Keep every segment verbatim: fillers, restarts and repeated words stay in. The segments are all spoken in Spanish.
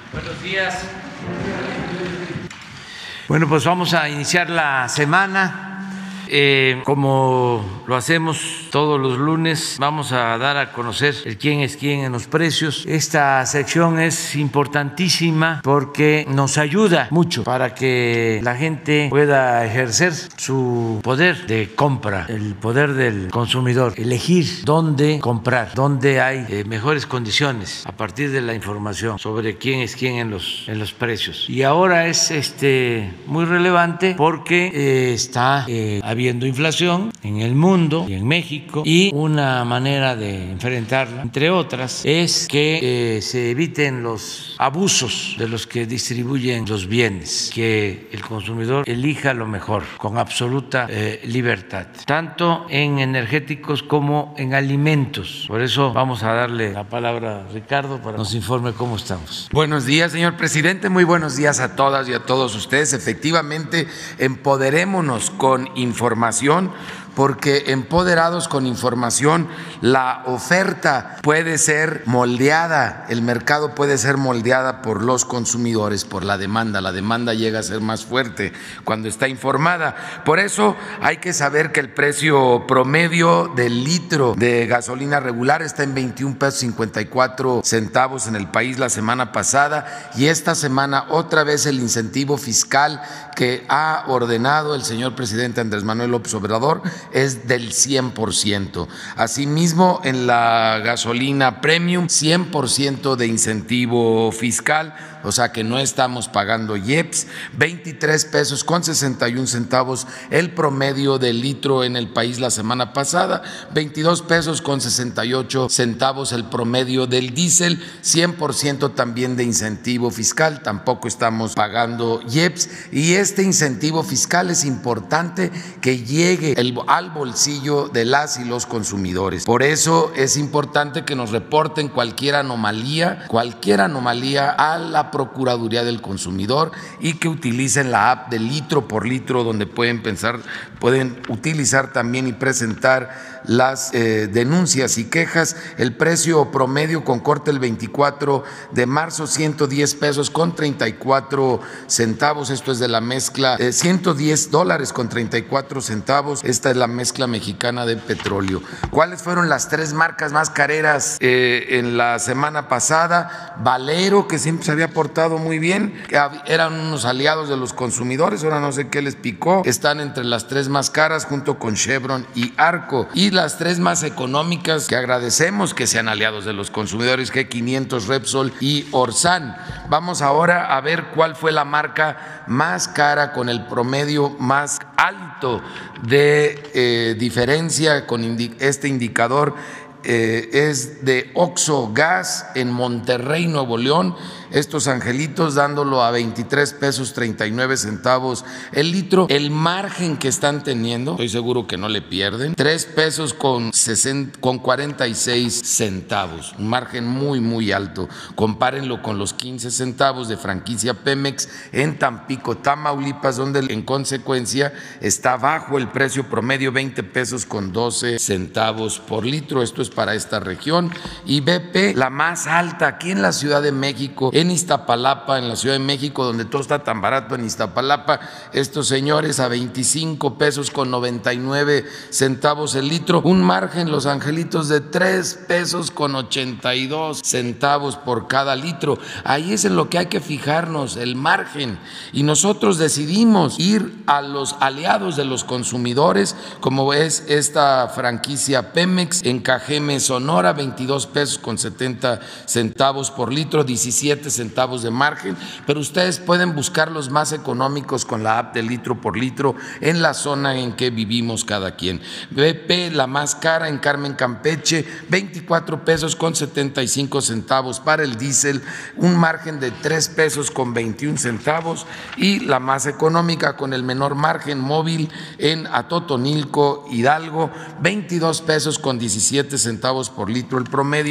Buenos días. Bueno, pues vamos a iniciar la semana. Eh, como lo hacemos todos los lunes, vamos a dar a conocer el quién es quién en los precios. Esta sección es importantísima porque nos ayuda mucho para que la gente pueda ejercer su poder de compra, el poder del consumidor, elegir dónde comprar, dónde hay eh, mejores condiciones a partir de la información sobre quién es quién en los, en los precios. Y ahora es este, muy relevante porque eh, está eh, habiendo inflación en el mundo y en México, y una manera de enfrentarla, entre otras, es que eh, se eviten los abusos de los que distribuyen los bienes, que el consumidor elija lo mejor con absoluta eh, libertad, tanto en energéticos como en alimentos. Por eso vamos a darle la palabra a Ricardo para que nos informe cómo estamos. Buenos días, señor presidente, muy buenos días a todas y a todos ustedes. Efectivamente, empoderémonos con información, porque empoderados con información la oferta puede ser moldeada, el mercado puede ser moldeada por los consumidores, por la demanda. La demanda llega a ser más fuerte cuando está informada. Por eso hay que saber que el precio promedio del litro de gasolina regular está en veintiún pesos cincuenta y cuatro centavos en el país la semana pasada, y esta semana otra vez el incentivo fiscal que ha ordenado el señor presidente Andrés Manuel López Obrador es del cien por ciento. Asimismo, en la gasolina premium, cien por ciento de incentivo fiscal, o sea que no estamos pagando I E P S, veintitrés pesos con sesenta y un centavos el promedio del litro en el país la semana pasada, veintidós pesos con sesenta y ocho centavos el promedio del diésel, cien por ciento también de incentivo fiscal, tampoco estamos pagando I E P S, y este incentivo fiscal es importante que llegue el, al bolsillo de las y los consumidores. Por eso es importante que nos reporten cualquier anomalía, cualquier anomalía a la Procuraduría del Consumidor, y que utilicen la app de litro por litro, donde pueden pensar, pueden utilizar también y presentar las eh, denuncias y quejas. El precio promedio con corte el veinticuatro de marzo, ciento diez pesos con treinta y cuatro centavos. Esto es de la mezcla, eh, ciento diez dólares con treinta y cuatro centavos. Esta es la mezcla mexicana de petróleo. ¿Cuáles fueron las tres marcas más careras eh, en la semana pasada? Valero, que siempre se había portado muy bien, que eran unos aliados de los consumidores, ahora no sé qué les picó, están entre las tres más caras junto con Chevron y Arco. Y las tres más económicas, que agradecemos que sean aliados de los consumidores, G quinientos, Repsol y Orsan. Vamos ahora a ver cuál fue la marca más cara con el promedio más alto de eh, diferencia con indi- este indicador. Eh, es de Oxxo Gas en Monterrey, Nuevo León. Estos angelitos dándolo a veintitrés pesos treinta y nueve centavos el litro. El margen que están teniendo, estoy seguro que no le pierden, tres pesos con, sesenta, con cuarenta y seis centavos, un margen muy muy alto. Compárenlo con los quince centavos de franquicia Pemex en Tampico, Tamaulipas, donde en consecuencia está bajo el precio promedio, veinte pesos con doce centavos por litro. Esto es para esta región. Y B P, la más alta aquí en la Ciudad de México, en Iztapalapa, en la Ciudad de México, donde todo está tan barato en Iztapalapa, estos señores a veinticinco pesos con noventa y nueve centavos el litro, un margen, los angelitos, de tres pesos con ochenta y dos centavos por cada litro. Ahí es en lo que hay que fijarnos, el margen, y nosotros decidimos ir a los aliados de los consumidores, como es esta franquicia Pemex en Cajeme, Sonora, veintidós pesos con setenta centavos por litro, diecisiete centavos de margen, pero ustedes pueden buscar los más económicos con la app de litro por litro en la zona en que vivimos cada quien. B P, la más cara en Carmen, Campeche, veinticuatro pesos con setenta y cinco centavos para el diésel, un margen de tres pesos con veintiún centavos, y la más económica con el menor margen, Móvil, en Atotonilco, Hidalgo, veintidós pesos con diecisiete centavos por litro el promedio,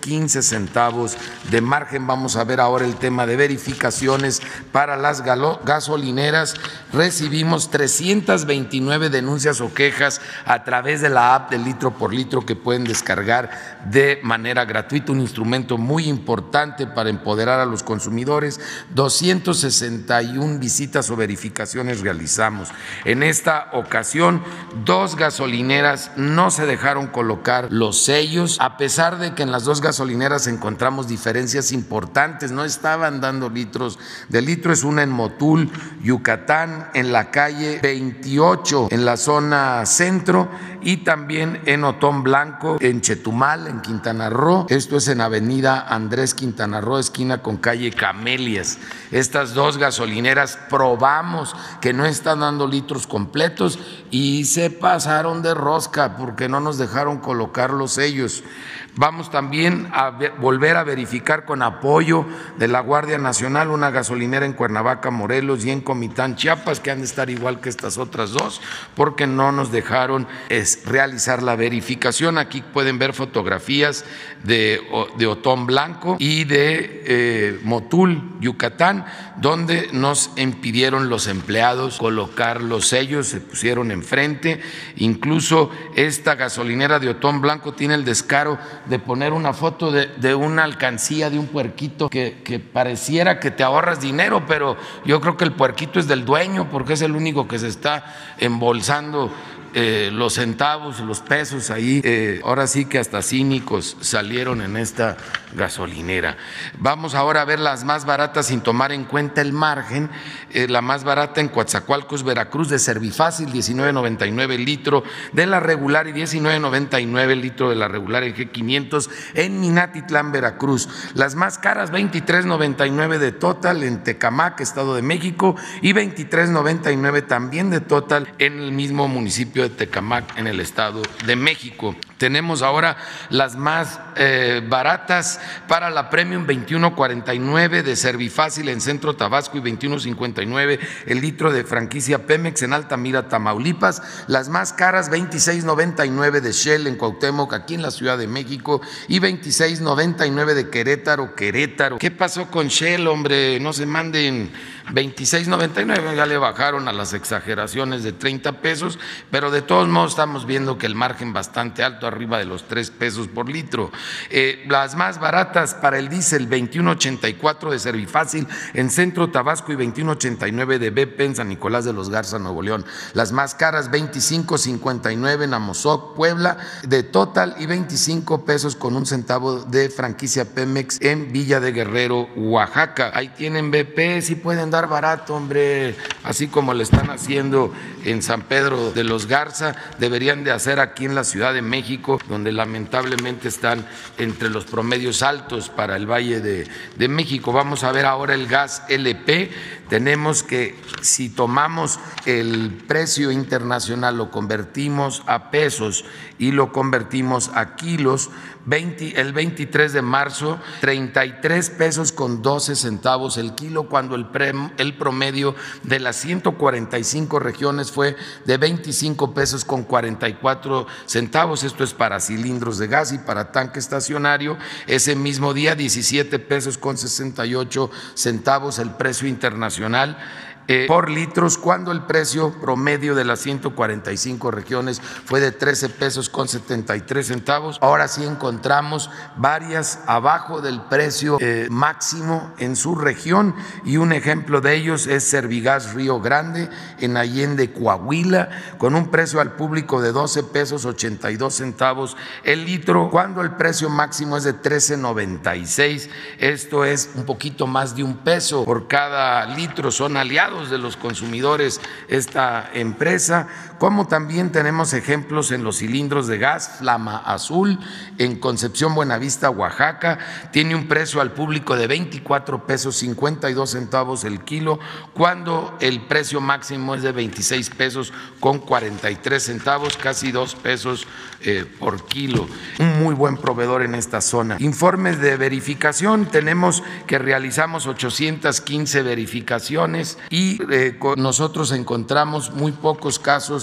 quince centavos de margen. Vamos a ver ahora el tema de verificaciones para las gasolineras. Recibimos trescientas veintinueve denuncias o quejas a través de la app de Litro por Litro que pueden descargar de manera gratuita, un instrumento muy importante para empoderar a los consumidores. doscientas sesenta y una visitas o verificaciones realizamos. En esta ocasión, dos gasolineras no se dejaron colocar los sellos, a pesar de que en las dos gasolineras encontramos diferencias importantes, no estaban dando litros de litro. Es una en Motul, Yucatán, en la calle veintiocho, en la zona centro, y también en Otón Blanco, en Chetumal, en Quintana Roo. Esto es en avenida Andrés Quintana Roo, esquina con calle Camelias. Estas dos gasolineras probamos que no están dando litros completos y se pasaron de rosca porque no nos dejaron colocar los sellos. Vamos también a volver a verificar con apoyo de la Guardia Nacional una gasolinera en Cuernavaca, Morelos, y en Comitán, Chiapas, que han de estar igual que estas otras dos, porque no nos dejaron es, realizar la verificación. Aquí pueden ver fotografías de, de Otón Blanco y de eh, Motul, Yucatán, donde nos impidieron los empleados colocar los sellos, se pusieron enfrente. Incluso esta gasolinera de Otón Blanco tiene el descaro de poner una foto de, de una alcancía de un puerquito que, que pareciera que te ahorras dinero, pero yo creo que el puerquito es del dueño porque es el único que se está embolsando Eh, los centavos, los pesos ahí. Eh, ahora sí que hasta cínicos salieron en esta gasolinera. Vamos ahora a ver las más baratas sin tomar en cuenta el margen. Eh, la más barata en Coatzacoalcos, Veracruz, de Servifácil, diecinueve noventa y nueve el litro de la regular y diecinueve noventa y nueve el litro de la regular en G quinientos en Minatitlán, Veracruz. Las más caras, veintitrés noventa y nueve de Total en Tecamac, Estado de México, y veintitrés noventa y nueve también de Total en el mismo municipio de Tecamac, en el Estado de México. Tenemos ahora las más eh, baratas para la Premium, veintiuno cuarenta y nueve de Servifácil en Centro Tabasco y veintiuno cincuenta y nueve el litro de franquicia Pemex en Altamira, Tamaulipas. Las más caras, veintiséis noventa y nueve de Shell en Cuauhtémoc, aquí en la Ciudad de México, y veintiséis noventa y nueve de Querétaro, Querétaro. ¿Qué pasó con Shell, hombre? No se manden. veintiséis noventa y nueve, ya le bajaron a las exageraciones de treinta pesos, pero de todos modos estamos viendo que el margen bastante alto, arriba de los tres pesos por litro. Eh, las más baratas para el diésel, veintiuno ochenta y cuatro de Servifácil en Centro Tabasco y veintiuno ochenta y nueve de B P en San Nicolás de los Garza, Nuevo León. Las más caras, veinticinco cincuenta y nueve en Amozoc, Puebla, de Total, y veinticinco pesos con un centavo de franquicia Pemex en Villa de Guerrero, Oaxaca. Ahí tienen B P, si pueden dar barato, hombre, así como le están haciendo en San Pedro de los Garza, deberían de hacer aquí en la Ciudad de México, donde lamentablemente están entre los promedios altos para el Valle de, de México. Vamos a ver ahora el gas L P. Tenemos que, si tomamos el precio internacional, lo convertimos a pesos y lo convertimos a kilos, veinte, el veintitrés de marzo, treinta y tres pesos con doce centavos el kilo, cuando el, pre, el promedio de las ciento cuarenta y cinco regiones fue de veinticinco pesos con cuarenta y cuatro centavos. Esto es para cilindros de gas y para tanque estacionario. Ese mismo día, diecisiete pesos con sesenta y ocho centavos el precio internacional Eh, por litros, cuando el precio promedio de las ciento cuarenta y cinco regiones fue de trece pesos con setenta y tres centavos. Ahora sí encontramos varias abajo del precio eh, máximo en su región, y un ejemplo de ellos es Servigas Río Grande en Allende, Coahuila, con un precio al público de doce pesos ochenta y dos centavos el litro, cuando el precio máximo es de trece noventa y seis. Esto es un poquito más de un peso por cada litro. Son aliados de los consumidores esta empresa, como también tenemos ejemplos en los cilindros de gas. Flama Azul en Concepción, Buenavista, Oaxaca, tiene un precio al público de veinticuatro pesos cincuenta y dos centavos el kilo, cuando el precio máximo es de veintiséis pesos con cuarenta y tres centavos, casi dos pesos eh, por kilo. Un muy buen proveedor en esta zona. Informes de verificación, tenemos que realizamos ochocientas quince verificaciones y eh, con nosotros encontramos muy pocos casos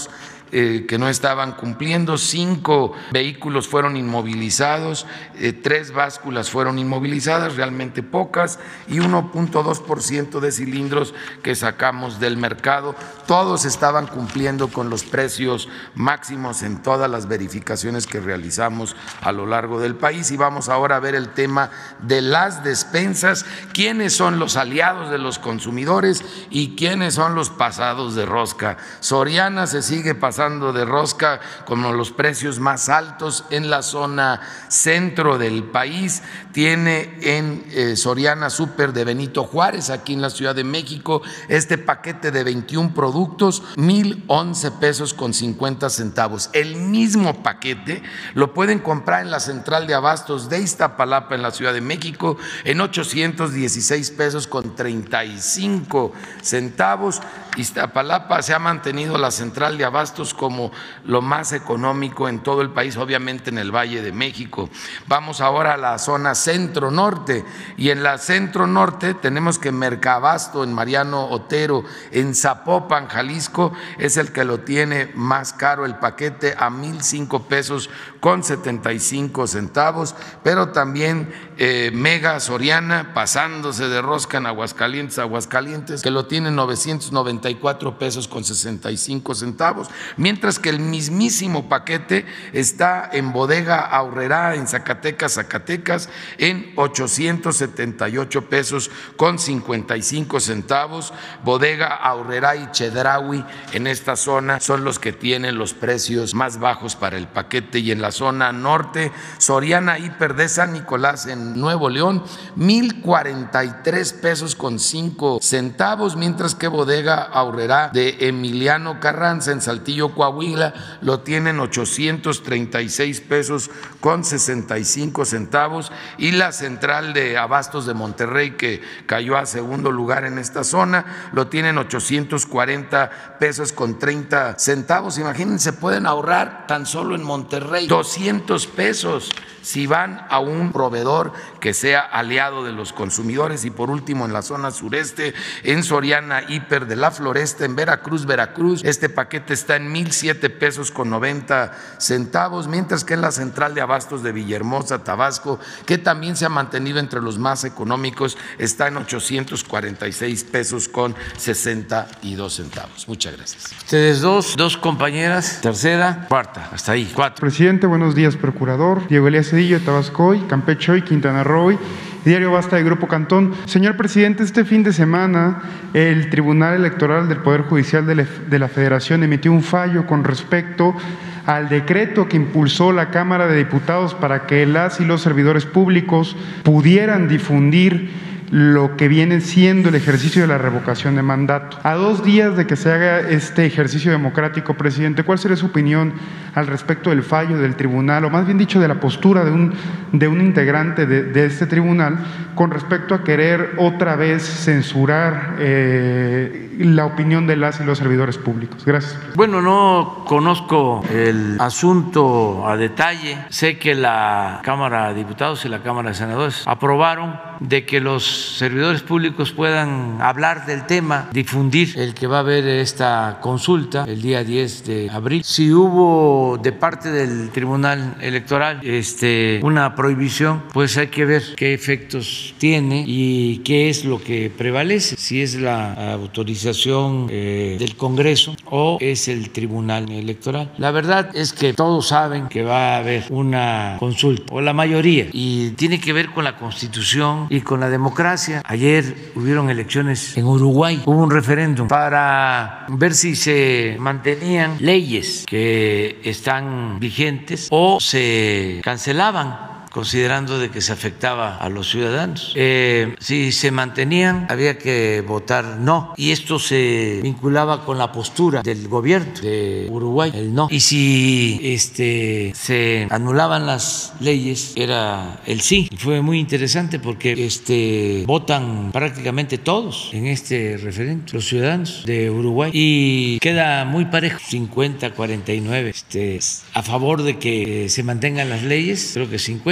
eh, que no estaban cumpliendo, cinco vehículos fueron inmovilizados, eh, tres básculas fueron inmovilizadas, realmente pocas, y uno punto dos por ciento de cilindros que sacamos del mercado. Todos estaban cumpliendo con los precios máximos en todas las verificaciones que realizamos a lo largo del país. Y vamos ahora a ver el tema de las despensas, quiénes son los aliados de los consumidores y quiénes son los pasados de rosca. Soriana se sigue pasando de rosca con los precios más altos en la zona centro del país. Tiene en eh, Soriana Súper de Benito Juárez, aquí en la Ciudad de México, este paquete de veintiún productos, mil once pesos con cincuenta centavos. El mismo paquete lo pueden comprar en la central de abastos de Iztapalapa en la Ciudad de México en ochocientos dieciséis pesos con treinta y cinco centavos. Iztapalapa se ha mantenido la central de abastos como lo más económico en todo el país, obviamente en el Valle de México. Vamos ahora a la zona centro-norte, y en la centro-norte tenemos que Mercabasto en Mariano Otero, en Zapopan, Jalisco, es el que lo tiene más caro el paquete a mil cinco pesos con setenta y cinco centavos, pero también eh, Mega Soriana pasándose de rosca en Aguascalientes, Aguascalientes, que lo tiene novecientos noventa y cuatro pesos con sesenta y cinco centavos, mientras que el mismísimo paquete está en Bodega Aurrerá en Zacatecas, Zacatecas, en ochocientos setenta y ocho pesos con cincuenta y cinco centavos. Bodega Aurrerá y Chedraui en esta zona son los que tienen los precios más bajos para el paquete. Y en la zona norte, Soriana Hiper de San Nicolás en Nuevo León, mil cuarenta y tres pesos con cinco centavos, mientras que Bodega Aurrerá de Emiliano Carranza en Saltillo, Coahuila, lo tienen ochocientos treinta y seis pesos con sesenta y cinco centavos. Y la central de abastos de Monterrey, que cayó a segundo lugar en esta zona, lo tienen ochocientos cuarenta pesos con treinta centavos. Imagínense, pueden ahorrar tan solo en Monterrey doscientos pesos si van a un proveedor que sea aliado de los consumidores. Y por último, en la zona sureste, en Soriana Hiper de la Floresta, en Veracruz, Veracruz, este paquete está en mil siete pesos con noventa centavos, mientras que en la central de abastos de Villahermosa, Tabasco, que también se ha mantenido entre los más económicos, está en ochocientos cuarenta y seis pesos con sesenta y dos centavos. Muchas gracias. Ustedes dos, dos compañeras, tercera, cuarta, hasta ahí, cuatro. Presidente, buenos días, procurador. Diego Elías Cedillo de Tabasco, Campeche y Quintana Roo, Diario Basta de Grupo Cantón. Señor presidente, este fin de semana el Tribunal Electoral del Poder Judicial de la Federación emitió un fallo con respecto al decreto que impulsó la Cámara de Diputados para que las y los servidores públicos pudieran difundir lo que viene siendo el ejercicio de la revocación de mandato. A dos días de que se haga este ejercicio democrático, presidente, ¿cuál sería su opinión al respecto del fallo del tribunal, o más bien dicho, de la postura de un, de un integrante de, de este tribunal con respecto a querer otra vez censurar eh, la opinión de las y los servidores públicos? Gracias. Bueno, no conozco el asunto a detalle. Sé que la Cámara de Diputados y la Cámara de Senadores aprobaron de que los servidores públicos puedan hablar del tema, difundir el que va a haber esta consulta el día diez de abril. Si hubo de parte del Tribunal Electoral este, una prohibición, pues hay que ver qué efectos tiene y qué es lo que prevalece, si es la autorización eh, del Congreso o es el Tribunal Electoral. La verdad es que todos saben que va a haber una consulta, o la mayoría, y tiene que ver con la Constitución y con la democracia. Ayer hubieron elecciones en Uruguay, hubo un referéndum para ver si se mantenían leyes que están vigentes o se cancelaban, considerando de que se afectaba a los ciudadanos. Eh, si se mantenían, había que votar no, y esto se vinculaba con la postura del gobierno de Uruguay, el no. Y si este, se anulaban las leyes, era el sí. Y fue muy interesante porque este, votan prácticamente todos en este referéndum, los ciudadanos de Uruguay, y queda muy parejo, cincuenta a cuarenta y nueve este, a favor de que se mantengan las leyes, creo que cincuenta,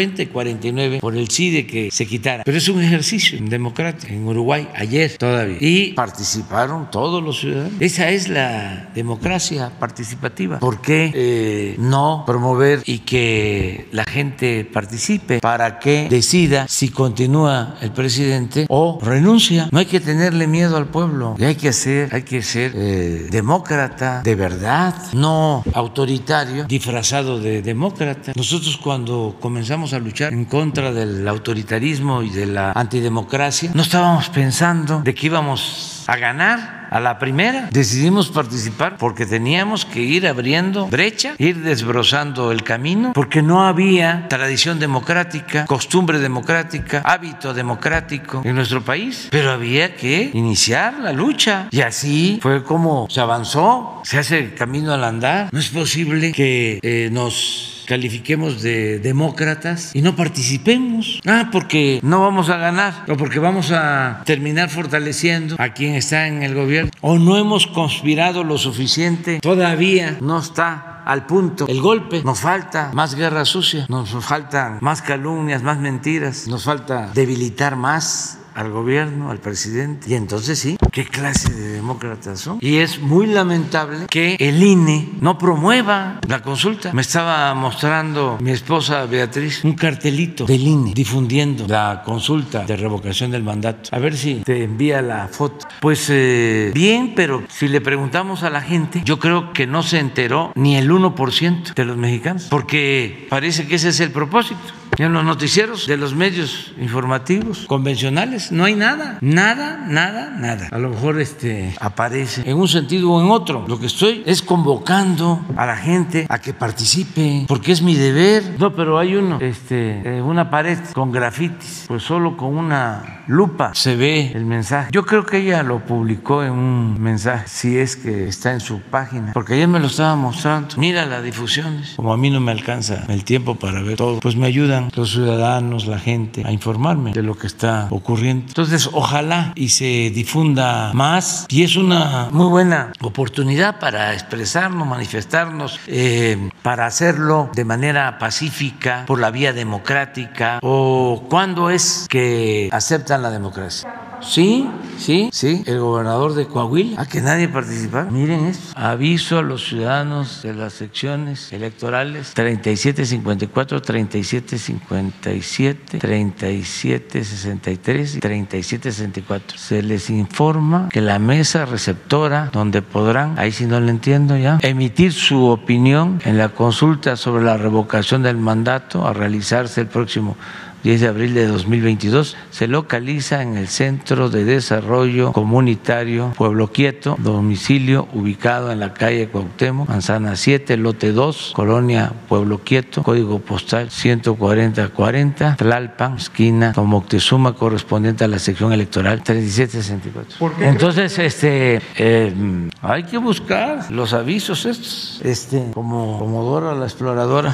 cuarenta y cuarenta y nueve por el sí de que se quitara. Pero es un ejercicio democrático en Uruguay, ayer todavía. Y participaron todos los ciudadanos. Esa es la democracia participativa. ¿Por qué eh, no promover y que la gente participe para que decida si continúa el presidente o renuncia? No hay que tenerle miedo al pueblo. Y hay que hacer, hay que ser eh, demócrata de verdad, no autoritario disfrazado de demócrata. Nosotros cuando comenzamos a luchar en contra del autoritarismo y de la antidemocracia, no estábamos pensando de que íbamos a ganar a la primera. Decidimos participar porque teníamos que ir abriendo brecha, ir desbrozando el camino, porque no había tradición democrática, costumbre democrática, hábito democrático en nuestro país, pero había que iniciar la lucha y así fue como se avanzó, se hace camino al andar. No es posible que eh, nos califiquemos de demócratas y no participemos. Ah, porque no vamos a ganar o porque vamos a terminar fortaleciendo a quien está en el gobierno o no hemos conspirado lo suficiente. Todavía no está al punto el golpe. Nos falta más guerra sucia, nos faltan más calumnias, más mentiras, nos falta debilitar más al gobierno, al presidente. Y entonces sí, ¿qué clase de demócratas son? Y es muy lamentable que el I N E no promueva la consulta. Me estaba mostrando mi esposa Beatriz un cartelito del I N E difundiendo la consulta de revocación del mandato. A ver si te envía la foto. Pues eh, bien, pero si le preguntamos a la gente, yo creo que no se enteró ni el uno por ciento de los mexicanos, porque parece que ese es el propósito. En los noticieros de los medios informativos convencionales no hay nada, nada, nada, nada. A lo mejor este aparece en un sentido o en otro. Lo que estoy es convocando a la gente a que participe, porque es mi deber. No, pero hay uno, este, una pared con grafitis, pues solo con una lupa se ve el mensaje. Yo creo que ella lo publicó en un mensaje, si es que está en su página, porque ayer me lo estaba mostrando. Mira las difusiones. Como a mí no me alcanza el tiempo para ver todo, pues me ayudan los ciudadanos, la gente, a informarme de lo que está ocurriendo. Entonces, ojalá y se difunda más, y es una muy buena oportunidad para expresarnos, manifestarnos, eh, para hacerlo de manera pacífica, por la vía democrática. ¿O cuándo es que aceptan la democracia? Sí, sí, sí, el gobernador de Coahuila, a que nadie participara. Miren esto. Aviso a los ciudadanos de las secciones electorales treinta y siete cincuenta y cuatro, treinta y siete cincuenta y siete, treinta y siete sesenta y tres y treinta y siete sesenta y cuatro. Se les informa que la mesa receptora, donde podrán, ahí sí no lo entiendo ya, emitir su opinión en la consulta sobre la revocación del mandato a realizarse el próximo diez de abril de dos mil veintidós, se localiza en el Centro de Desarrollo Comunitario Pueblo Quieto, domicilio ubicado en la calle Cuauhtémoc, Manzana siete, lote dos, Colonia Pueblo Quieto, código postal ciento cuarenta cuarenta, Tlalpan, esquina con Moctezuma, correspondiente a la sección electoral treinta y siete sesenta y cuatro. Entonces, este, eh, hay que buscar los avisos estos, este, como, como Dora la exploradora.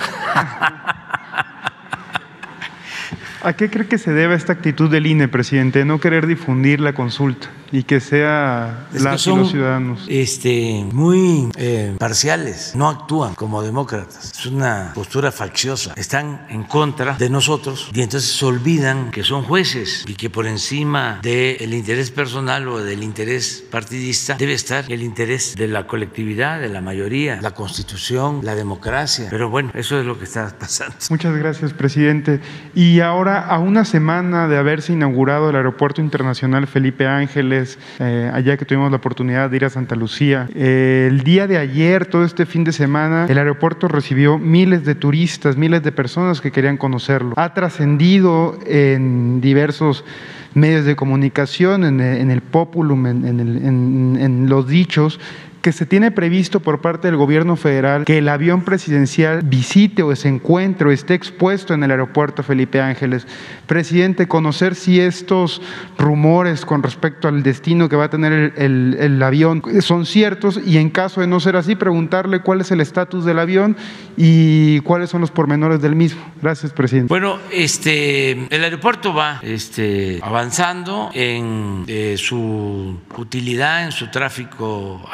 ¿A qué cree que se debe esta actitud del I N E, presidente, de no querer difundir la consulta y que sea es las que son, y los ciudadanos? Este, muy eh, parciales, no actúan como demócratas. Es una postura facciosa. Están en contra de nosotros y entonces se olvidan que son jueces y que por encima del interés personal o del interés partidista debe estar el interés de la colectividad, de la mayoría, la Constitución, la democracia. Pero bueno, eso es lo que está pasando. Muchas gracias, presidente. Y ahora, a una semana de haberse inaugurado el Aeropuerto Internacional Felipe Ángeles, eh, allá que tuvimos la oportunidad de ir a Santa Lucía, eh, el día de ayer, todo este fin de semana, el aeropuerto recibió miles de turistas, miles de personas que querían conocerlo. Ha trascendido en diversos medios de comunicación, en, en el populum, en, en, el, en, en los dichos, que se tiene previsto por parte del gobierno federal que el avión presidencial visite o se encuentre o esté expuesto en el aeropuerto Felipe Ángeles. Presidente, conocer si estos rumores con respecto al destino que va a tener el, el, el avión son ciertos, y en caso de no ser así, preguntarle cuál es el estatus del avión y cuáles son los pormenores del mismo. Gracias, presidente. Bueno, este, el aeropuerto va este, avanzando en eh, su utilidad, en su tráfico aéreo,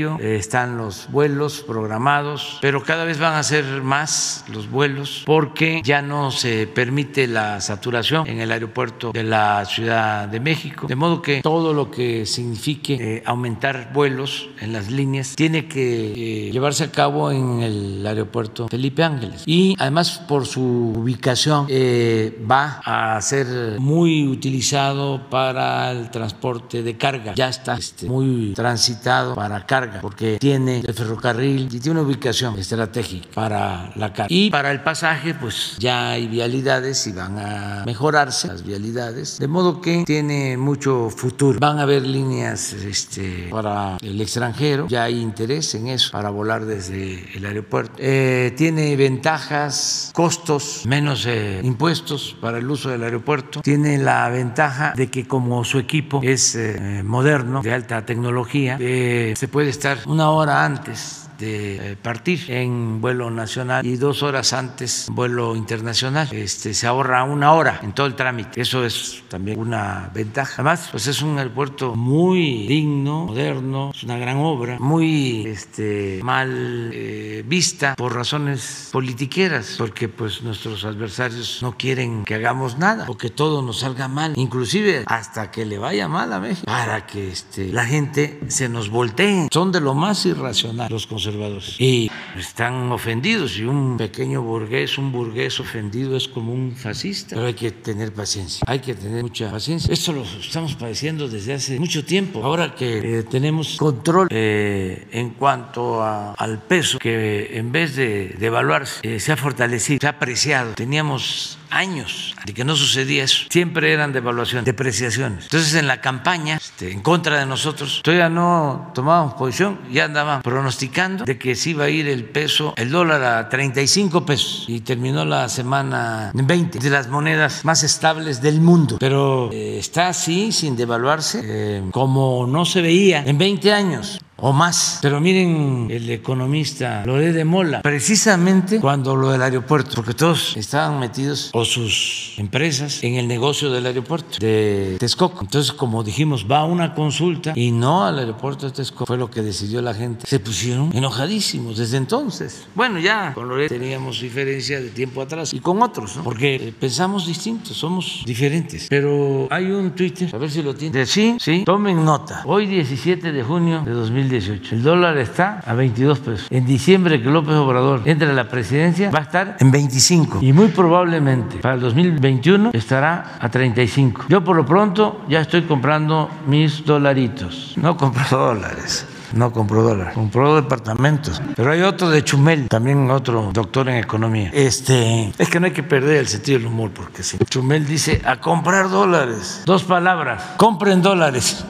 diario, eh, están los vuelos programados, pero cada vez van a ser más los vuelos porque ya no se permite la saturación en el aeropuerto de la Ciudad de México, de modo que todo lo que signifique eh, aumentar vuelos en las líneas tiene que eh, llevarse a cabo en el aeropuerto Felipe Ángeles, y además por su ubicación eh, va a ser muy utilizado para el transporte de carga, ya está este, muy transitado para carga porque tiene el ferrocarril y tiene una ubicación estratégica para la carga, y para el pasaje pues ya hay vialidades y van a mejorarse las vialidades, de modo que tiene mucho futuro. Van a haber líneas este, para el extranjero, ya hay interés en eso para volar desde el aeropuerto. Eh, tiene ventajas, costos, menos eh, impuestos para el uso del aeropuerto. Tiene la ventaja de que como su equipo es eh, moderno, de alta tecnología, eh, se puede estar una hora antes de partir en vuelo nacional y dos horas antes en vuelo internacional. Este, se ahorra una hora en todo el trámite. Eso es también una ventaja. Además, pues es un aeropuerto muy digno, moderno, es una gran obra, muy este, mal eh, vista por razones politiqueras, porque pues nuestros adversarios no quieren que hagamos nada o que todo nos salga mal, inclusive hasta que le vaya mal a México, para que este, la gente se nos voltee. Son de lo más irracional los conservadores y están ofendidos, y un pequeño burgués, un burgués ofendido es como un fascista, pero hay que tener paciencia, hay que tener mucha paciencia. Esto lo estamos padeciendo desde hace mucho tiempo. Ahora que eh, tenemos control eh, en cuanto a, al peso, que en vez de devaluarse eh, se ha fortalecido, se ha apreciado. Teníamos años de que no sucedía eso, siempre eran devaluaciones, depreciaciones. Entonces en la campaña este, en contra de nosotros todavía no tomábamos posición, ya andaban pronosticando de que se iba a ir el peso, el dólar a treinta y cinco pesos, y terminó la semana en veinte, de las monedas más estables del mundo, pero eh, está así sin devaluarse eh, como no se veía en veinte años o más. Pero miren el economista Loret de Mola, precisamente cuando lo del aeropuerto, porque todos estaban metidos, o sus empresas, en el negocio del aeropuerto de Texcoco. Entonces, como dijimos, va a una consulta y no al aeropuerto de Texcoco, fue lo que decidió la gente. Se pusieron enojadísimos desde entonces. Bueno, ya con Loret teníamos diferencia de tiempo atrás y con otros, ¿no? Porque pensamos distintos, somos diferentes. Pero hay un Twitter, a ver si lo tiene, de sí, sí, tomen nota. Hoy diecisiete de junio de dos mil dieciocho, el dólar está a veintidós pesos. En diciembre, que López Obrador entre a la presidencia, va a estar en veinticinco, y muy probablemente para el dos mil veintiuno estará a treinta y cinco. Yo por lo pronto ya estoy comprando mis dolaritos. No compro dólares, no compró dólares, compró departamentos. Pero hay otro de Chumel, también otro doctor en economía. Este, es que no hay que perder el sentido del humor, porque si Chumel dice a comprar dólares, dos palabras, compren dólares.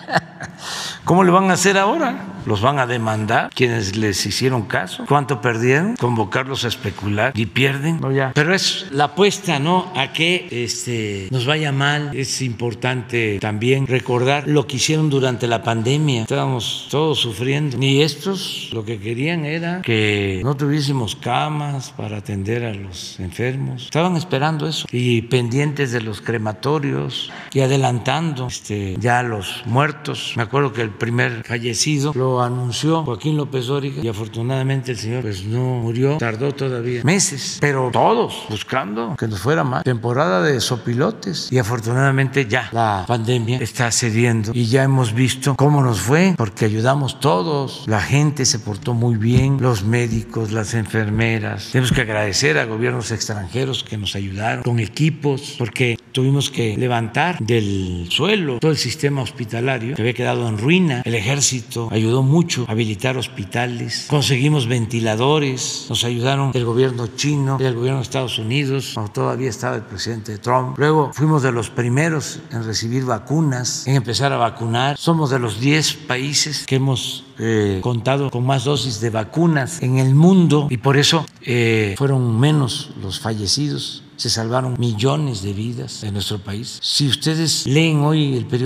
¿Cómo le van a hacer ahora? ¿Los van a demandar quienes les hicieron caso? ¿Cuánto perdieron? Convocarlos a especular y pierden. No, ya. Pero es la apuesta, ¿no? A que este, nos vaya mal. Es importante también recordar lo que hicieron durante la pandemia. Estábamos todos sufriendo. Y estos lo que querían era que no tuviésemos camas para atender a los enfermos. Estaban esperando eso. Y pendientes de los crematorios y adelantando este, ya los muertos. Me acuerdo que el primer fallecido lo anunció Joaquín López Dóriga, y afortunadamente el señor pues no murió, tardó todavía meses, pero todos buscando que nos fuera mal. Temporada de sopilotes, y afortunadamente ya la pandemia está cediendo y ya hemos visto cómo nos fue, porque ayudamos todos, la gente se portó muy bien, los médicos, las enfermeras. Tenemos que agradecer a gobiernos extranjeros que nos ayudaron con equipos, porque tuvimos que levantar del suelo todo el sistema hospitalario que había quedado en ruina. El ejército ayudó mucho a habilitar hospitales, conseguimos ventiladores, nos ayudaron el gobierno chino y el gobierno de Estados Unidos, cuando todavía estaba el presidente Trump. Luego fuimos de los primeros en recibir vacunas, en empezar a vacunar. Somos de los diez países que hemos eh, contado con más dosis de vacunas en el mundo, y por eso eh, fueron menos los fallecidos. Se salvaron millones de vidas en nuestro país. Si ustedes leen hoy el periódico,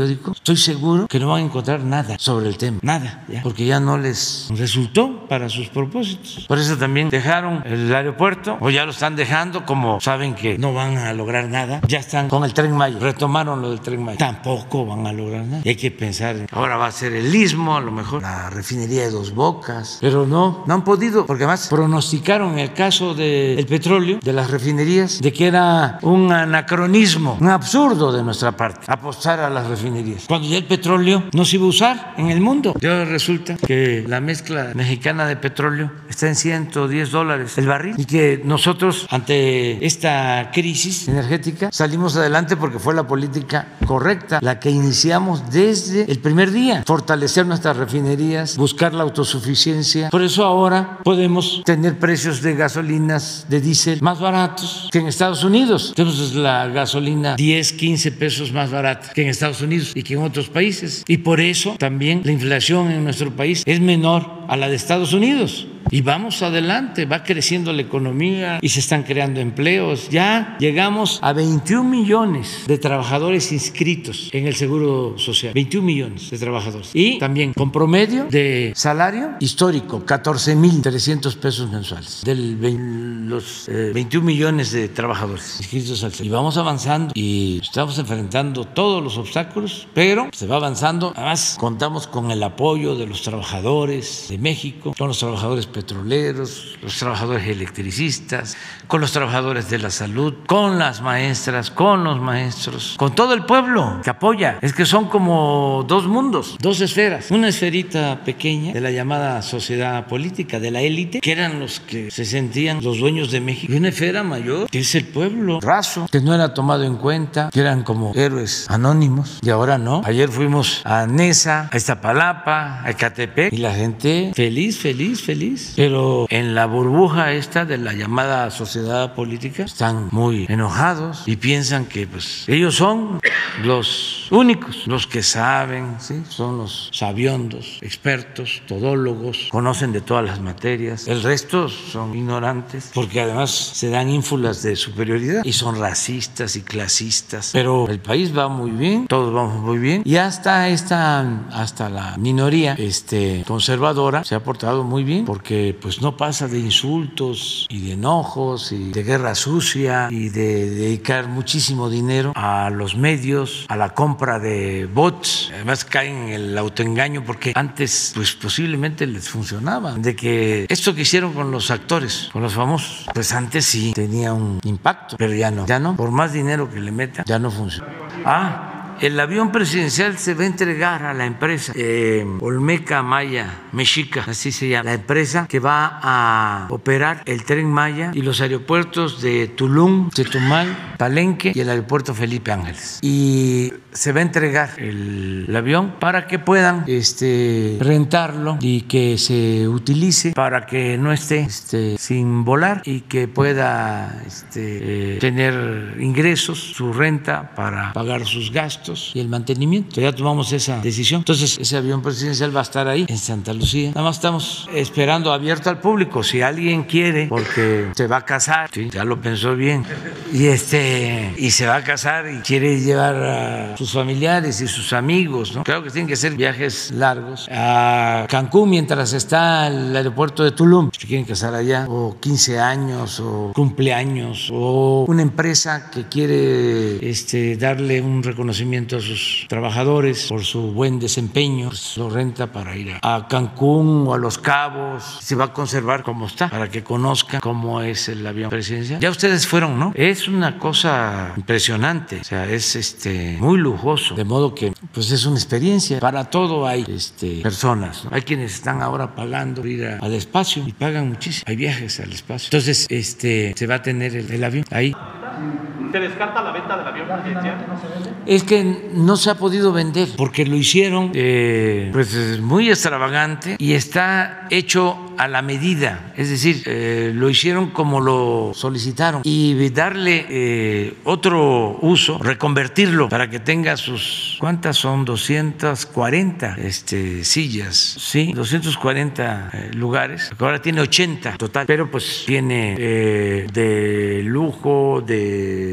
estoy seguro que no van a encontrar nada sobre el tema, nada, ya, porque ya no les resultó para sus propósitos. Por eso también dejaron el aeropuerto, o ya lo están dejando, como saben que no van a lograr nada, ya están con el Tren Maya, retomaron lo del Tren Maya, tampoco van a lograr nada. Y hay que pensar, ahora va a ser el Istmo, a lo mejor la refinería de Dos Bocas, pero no, no han podido, porque además pronosticaron el caso del petróleo, de las refinerías, de que era un anacronismo, un absurdo de nuestra parte apostar a las refinerías, cuando ya el petróleo no se iba a usar en el mundo. Ya resulta que la mezcla mexicana de petróleo está en ciento diez dólares el barril y que nosotros ante esta crisis energética salimos adelante porque fue la política correcta, la que iniciamos desde el primer día, fortalecer nuestras refinerías, buscar la autosuficiencia. Por eso ahora podemos tener precios de gasolinas, de diésel más baratos que en Estados Unidos. Tenemos la gasolina diez, quince pesos más barata que en Estados Unidos y que en otros países. Y por eso también la inflación en nuestro país es menor a la de Estados Unidos. Y vamos adelante, va creciendo la economía y se están creando empleos. Ya llegamos a veintiún millones de trabajadores inscritos en el Seguro Social, veintiún millones de trabajadores. Y también con promedio de salario histórico, catorce mil trescientos pesos mensuales, de los eh, veintiún millones de trabajadores inscritos al Seguro. Y vamos avanzando y estamos enfrentando todos los obstáculos, pero se va avanzando. Además, contamos con el apoyo de los trabajadores de México, con los trabajadores petroleros, los trabajadores electricistas, con los trabajadores de la salud, con las maestras, con los maestros, con todo el pueblo que apoya. Es que son como dos mundos, dos esferas. Una esferita pequeña de la llamada sociedad política, de la élite, que eran los que se sentían los dueños de México, y una esfera mayor, que es el pueblo raso, que no era tomado en cuenta, que eran como héroes anónimos, y ahora no. Ayer fuimos a Nesa, a Iztapalapa, a Ecatepec, y la gente feliz, feliz, feliz. Pero en la burbuja esta de la llamada sociedad política están muy enojados y piensan que pues ellos son los únicos, los que saben, ¿sí? Son los sabiondos, expertos, todólogos, conocen de todas las materias. El resto son ignorantes porque además se dan ínfulas de superioridad y son racistas y clasistas. Pero el país va muy bien, todos vamos muy bien, y hasta esta, hasta la minoría este, conservadora se ha portado muy bien, porque pues no pasa de insultos y de enojos y de guerra sucia y de dedicar muchísimo dinero a los medios, a la compra de bots. Además caen en el autoengaño porque antes pues posiblemente les funcionaba, de que esto que hicieron con los actores, con los famosos, pues antes sí tenía un impacto, pero ya no, ya no, por más dinero que le metan, ya no funciona. Ah, el avión presidencial se va a entregar a la empresa eh, Olmeca Maya Mexica, así se llama, la empresa que va a operar el Tren Maya y los aeropuertos de Tulum, Chetumal, Palenque y el aeropuerto Felipe Ángeles. Y se va a entregar el, el avión para que puedan este, rentarlo y que se utilice para que no esté este, sin volar y que pueda este, eh, tener ingresos, su renta para pagar sus gastos y el mantenimiento. Ya tomamos esa decisión. Entonces ese avión presidencial va a estar ahí en Santa Lucía. Nada más estamos esperando, abierto al público. Si alguien quiere, porque se va a casar, ¿sí? Ya lo pensó bien, y este y se va a casar y quiere llevar a sus familiares y sus amigos, ¿no? Claro que tienen que ser viajes largos a Cancún mientras está el aeropuerto de Tulum, si quieren casar allá, o quince años o cumpleaños, o una empresa que quiere este, darle un reconocimiento a sus trabajadores por su buen desempeño, pues lo renta para ir a Cancún o a Los Cabos. Se va a conservar como está para que conozcan cómo es el avión presidencial. Ya ustedes fueron, ¿no? Es una cosa impresionante, o sea, es este muy lujoso, de modo que pues es una experiencia. Para todo hay este, personas, ¿no? Hay quienes están ahora pagando por ir a, al espacio y pagan muchísimo. Hay viajes al espacio. Entonces, este se va a tener el, el avión ahí. ¿Se descarta la venta del avión presidencial? Es que no se ha podido vender porque lo hicieron eh, pues muy extravagante y está hecho a la medida, es decir, eh, lo hicieron como lo solicitaron, y darle eh, otro uso, reconvertirlo para que tenga sus, ¿cuántas son? doscientas cuarenta este, sillas, sí, doscientos cuarenta eh, lugares, ahora tiene ochenta total, pero pues tiene eh, de lujo, de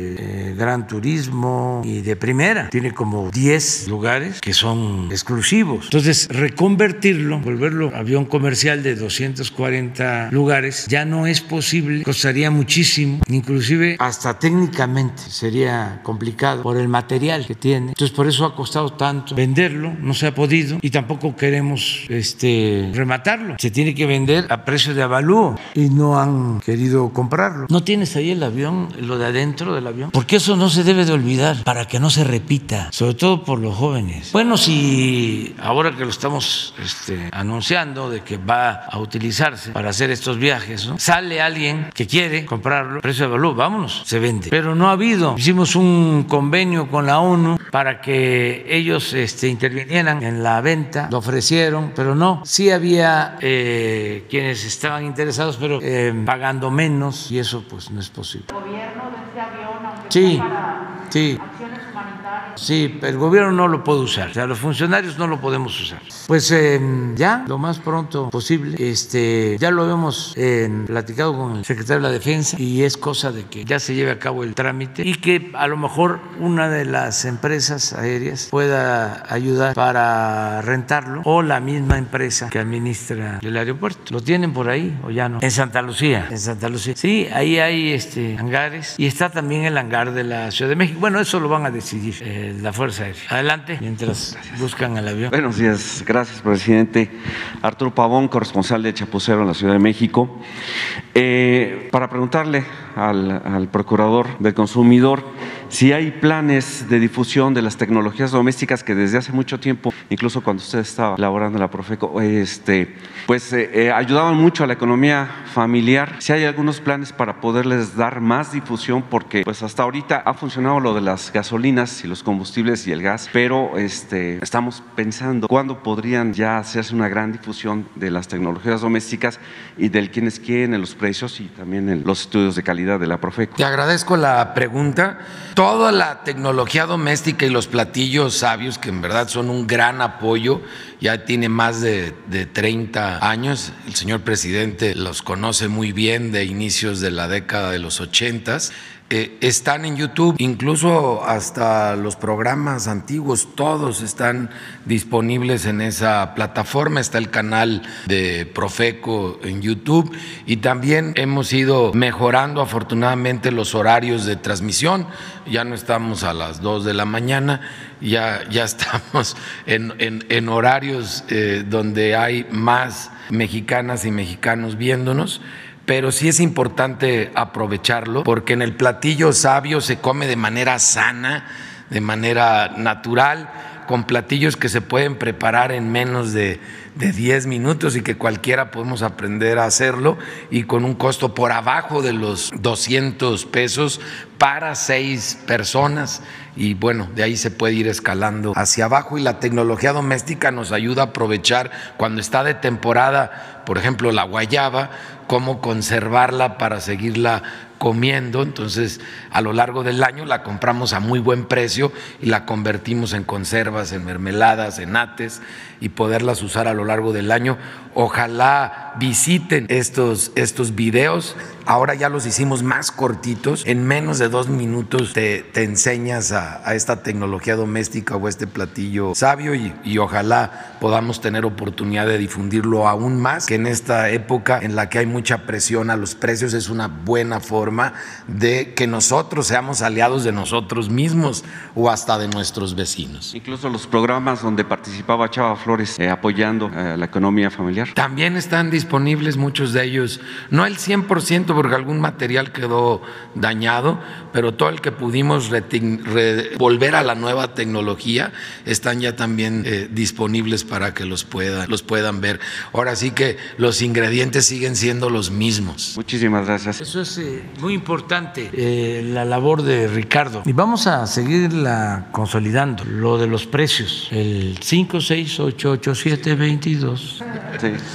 de eh, gran turismo y de primera. Tiene como diez lugares que son exclusivos. Entonces, reconvertirlo, volverlo avión comercial de doscientos cuarenta lugares, ya no es posible, costaría muchísimo, inclusive hasta técnicamente sería complicado por el material que tiene. Entonces, por eso ha costado tanto venderlo, no se ha podido y tampoco queremos este, rematarlo. Se tiene que vender a precio de avalúo y no han querido comprarlo. ¿No tienes ahí el avión, lo de adentro del avión? Porque eso no se debe de olvidar para que no se repita, sobre todo por los jóvenes. Bueno, si ahora que lo estamos este, anunciando de que va a utilizarse para hacer estos viajes, ¿no? Sale alguien que quiere comprarlo, precio de avalúo, vámonos, se vende. Pero no ha habido. Hicimos un convenio con la ONU para que ellos este, intervinieran en la venta, lo ofrecieron, pero no. Sí había eh, quienes estaban interesados, pero eh, pagando menos y eso pues no es posible. ¿El gobierno de ese avión, aunque sí, sea para sí. acciones humanitarias? Sí, el gobierno no lo puede usar, o sea, los funcionarios no lo podemos usar. Pues eh, ya, lo más pronto posible. Este, ya lo habíamos eh, platicado con el secretario de la Defensa y es cosa de que ya se lleve a cabo el trámite y que a lo mejor una de las empresas aéreas pueda ayudar para rentarlo o la misma empresa que administra el aeropuerto. ¿Lo tienen por ahí o ya no? En Santa Lucía. En Santa Lucía. Sí, ahí hay este, hangares y está también el hangar de la Ciudad de México. Bueno, eso lo van a decidir eh, la Fuerza Aérea. Adelante, mientras gracias. Buscan el avión. Buenos días, gracias, presidente. Arturo Pavón, corresponsal de Chapucero en la Ciudad de México. Eh, para preguntarle al, al procurador del consumidor si hay planes de difusión de las tecnologías domésticas que desde hace mucho tiempo, incluso cuando usted estaba laborando en la Profeco, este, pues eh, eh, ayudaban mucho a la economía familiar. Si hay algunos planes para poderles dar más difusión, porque pues hasta ahorita ha funcionado lo de las gasolinas y los combustibles y el gas, pero este, estamos pensando cuándo podrían ya hacerse una gran difusión de las tecnologías domésticas y del quién es quién, en los precios y también en los estudios de calidad de la Profeco. Te agradezco la pregunta. Toda la tecnología doméstica y los platillos sabios, que en verdad son un gran apoyo, ya tiene más de, de treinta años. El señor presidente los conoce muy bien de inicios de la década de los ochentas. Eh, están en YouTube, incluso hasta los programas antiguos, todos están disponibles en esa plataforma. Está el canal de Profeco en YouTube y también hemos ido mejorando afortunadamente los horarios de transmisión. Ya no estamos a las dos de la mañana, ya, ya estamos en, en, en horarios eh, donde hay más mexicanas y mexicanos viéndonos. Pero sí es importante aprovecharlo porque en el platillo sabio se come de manera sana, de manera natural, con platillos que se pueden preparar en menos de, de diez minutos y que cualquiera podemos aprender a hacerlo y con un costo por abajo de los doscientos pesos para seis personas. Y bueno, de ahí se puede ir escalando hacia abajo y la tecnología doméstica nos ayuda a aprovechar cuando está de temporada, por ejemplo, la guayaba, cómo conservarla para seguirla comiendo. Entonces, a lo largo del año la compramos a muy buen precio y la convertimos en conservas, en mermeladas, en ates y poderlas usar a lo largo del año. Ojalá visiten estos, estos videos. Ahora ya los hicimos más cortitos. En menos de dos minutos te, te enseñas a, a esta tecnología doméstica o este platillo sabio y, y ojalá podamos tener oportunidad de difundirlo aún más, que en esta época en la que hay mucha presión a los precios es una buena forma de que nosotros seamos aliados de nosotros mismos o hasta de nuestros vecinos. Incluso los programas donde participaba Chava Flores eh, apoyando eh, la economía familiar. También están disponibles muchos de ellos, no el cien por ciento porque algún material quedó dañado, pero todo el que pudimos re, volver a la nueva tecnología están ya también eh, disponibles para que los puedan, los puedan ver. Ahora sí que los ingredientes siguen siendo los mismos. Muchísimas gracias. Eso es eh, muy importante, eh, la labor de Ricardo. Y vamos a seguirla consolidando, lo de los precios, el cinco seis ocho ocho siete veintidós. Sí.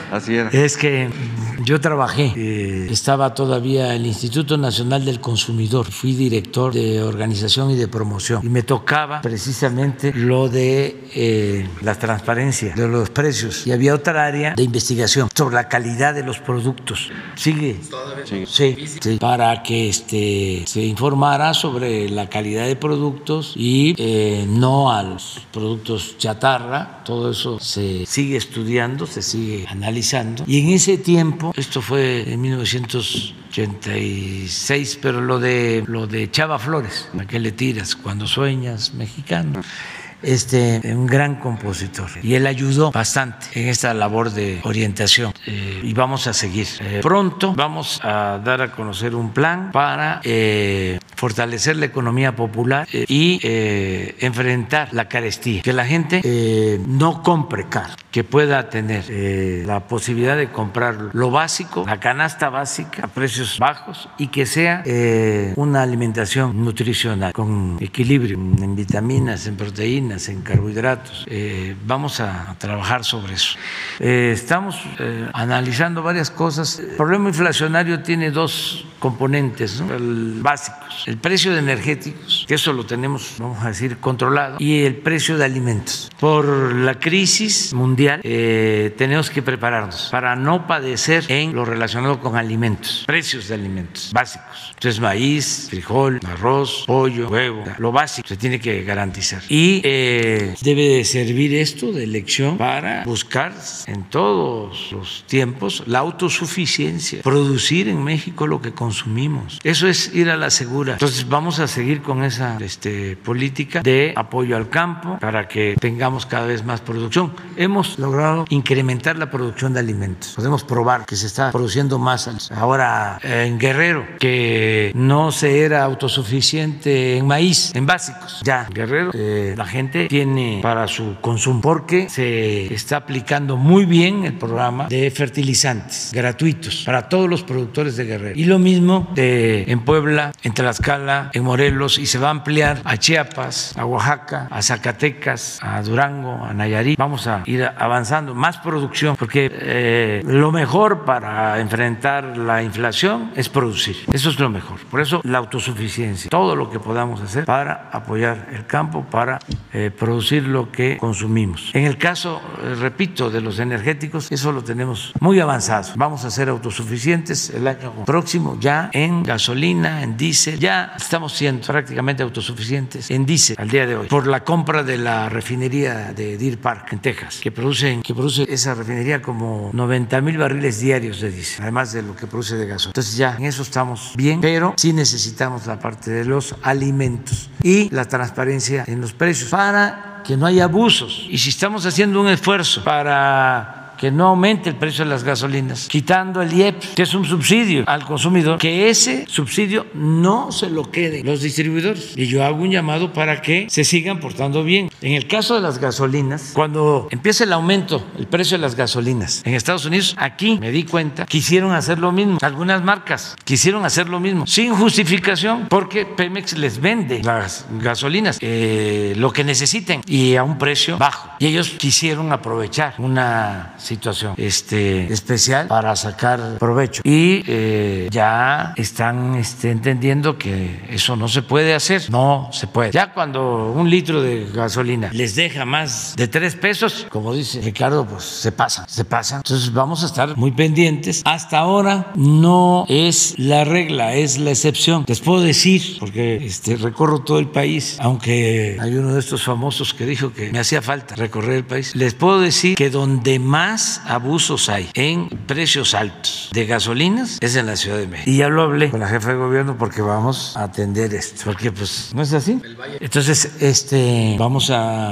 Así era. Es que yo trabajé, eh, estaba todavía el Instituto Nacional del Consumidor, fui director de organización y de promoción y me tocaba precisamente lo de eh, la transparencia de los precios y había otra área de investigación sobre la calidad de los productos. Sigue. Sí. Sí, sí, para que este, se informara sobre la calidad de productos y eh, no a los productos chatarra. Todo eso se sigue estudiando, se sigue analizando. Y en ese tiempo, esto fue en mil novecientos ochenta y seis, pero lo de, lo de Chava Flores, ¿a qué le tiras? Cuando sueñas, mexicano. Este, un gran compositor y él ayudó bastante en esta labor de orientación eh, y vamos a seguir. Eh, pronto vamos a dar a conocer un plan para eh, fortalecer la economía popular eh, y eh, enfrentar la carestía, que la gente eh, no compre caro, que pueda tener eh, la posibilidad de comprar lo básico, la canasta básica a precios bajos y que sea eh, una alimentación nutricional con equilibrio en vitaminas, en proteínas, en carbohidratos. Eh, vamos a, a trabajar sobre eso. Eh, estamos eh, analizando varias cosas. El problema inflacionario tiene dos componentes, ¿no? El básicos, el precio de energéticos, que eso lo tenemos, vamos a decir, controlado, y el precio de alimentos. Por la crisis mundial eh, tenemos que prepararnos para no padecer en lo relacionado con alimentos, precios de alimentos básicos. Entonces, maíz, frijol, arroz, pollo, huevo, lo básico se tiene que garantizar. Y eh, debe de servir esto de lección para buscar en todos los tiempos la autosuficiencia, producir en México lo que consumimos. Eso es ir a la segura. Entonces, vamos a seguir con esa este, política de apoyo al campo para que tengamos cada vez más producción. Hemos logrado incrementar la producción de alimentos. Podemos probar que se está produciendo más ahora en Guerrero, que no se era autosuficiente en maíz, en básicos. Ya en Guerrero eh, la gente tiene para su consumo porque se está aplicando muy bien el programa de fertilizantes gratuitos para todos los productores de Guerrero. Y lo mismo de, en Puebla, en Tlaxcala, en Morelos, y se va a ampliar a Chiapas, a Oaxaca, a Zacatecas, a Durango, a Nayarit. Vamos a ir avanzando, más producción, porque eh, lo mejor para enfrentar la inflación es producir. Eso es lo mejor. Por eso la autosuficiencia, todo lo que podamos hacer para apoyar el campo, para eh, producir lo que consumimos. En el caso, eh, repito, de los energéticos, eso lo tenemos muy avanzado. Vamos a ser autosuficientes el año próximo ya en gasolina, en diésel. Ya estamos siendo prácticamente autosuficientes en diésel al día de hoy por la compra de la refinería de Deer Park en Texas, que producen, que produce esa refinería como noventa mil barriles diarios de diésel, además de lo que produce de gasolina. Entonces ya en eso estamos bien, pero sí necesitamos la parte de los alimentos y la transparencia en los precios para que no haya abusos. Y si estamos haciendo un esfuerzo para que no aumente el precio de las gasolinas, quitando el I E P, que es un subsidio al consumidor, que ese subsidio no se lo queden los distribuidores. Y yo hago un llamado para que se sigan portando bien. En el caso de las gasolinas, cuando empieza el aumento, el precio de las gasolinas en Estados Unidos, aquí me di cuenta, quisieron hacer lo mismo. Algunas marcas quisieron hacer lo mismo, sin justificación, porque Pemex les vende las gasolinas, eh, lo que necesiten, y a un precio bajo. Y ellos quisieron aprovechar una situación este, especial para sacar provecho y eh, ya están este, entendiendo que eso no se puede hacer, no se puede. Ya cuando un litro de gasolina les deja más de tres pesos, como dice Ricardo, pues se pasan, se pasan. Entonces vamos a estar muy pendientes. Hasta ahora no es la regla, es la excepción. Les puedo decir, porque este, recorro todo el país, aunque hay uno de estos famosos que dijo que me hacía falta recorrer el país, les puedo decir que donde más abusos hay en precios altos de gasolinas es en la Ciudad de México. Y ya lo hablé con la jefa de gobierno porque vamos a atender esto, porque pues no es así. Entonces, este, vamos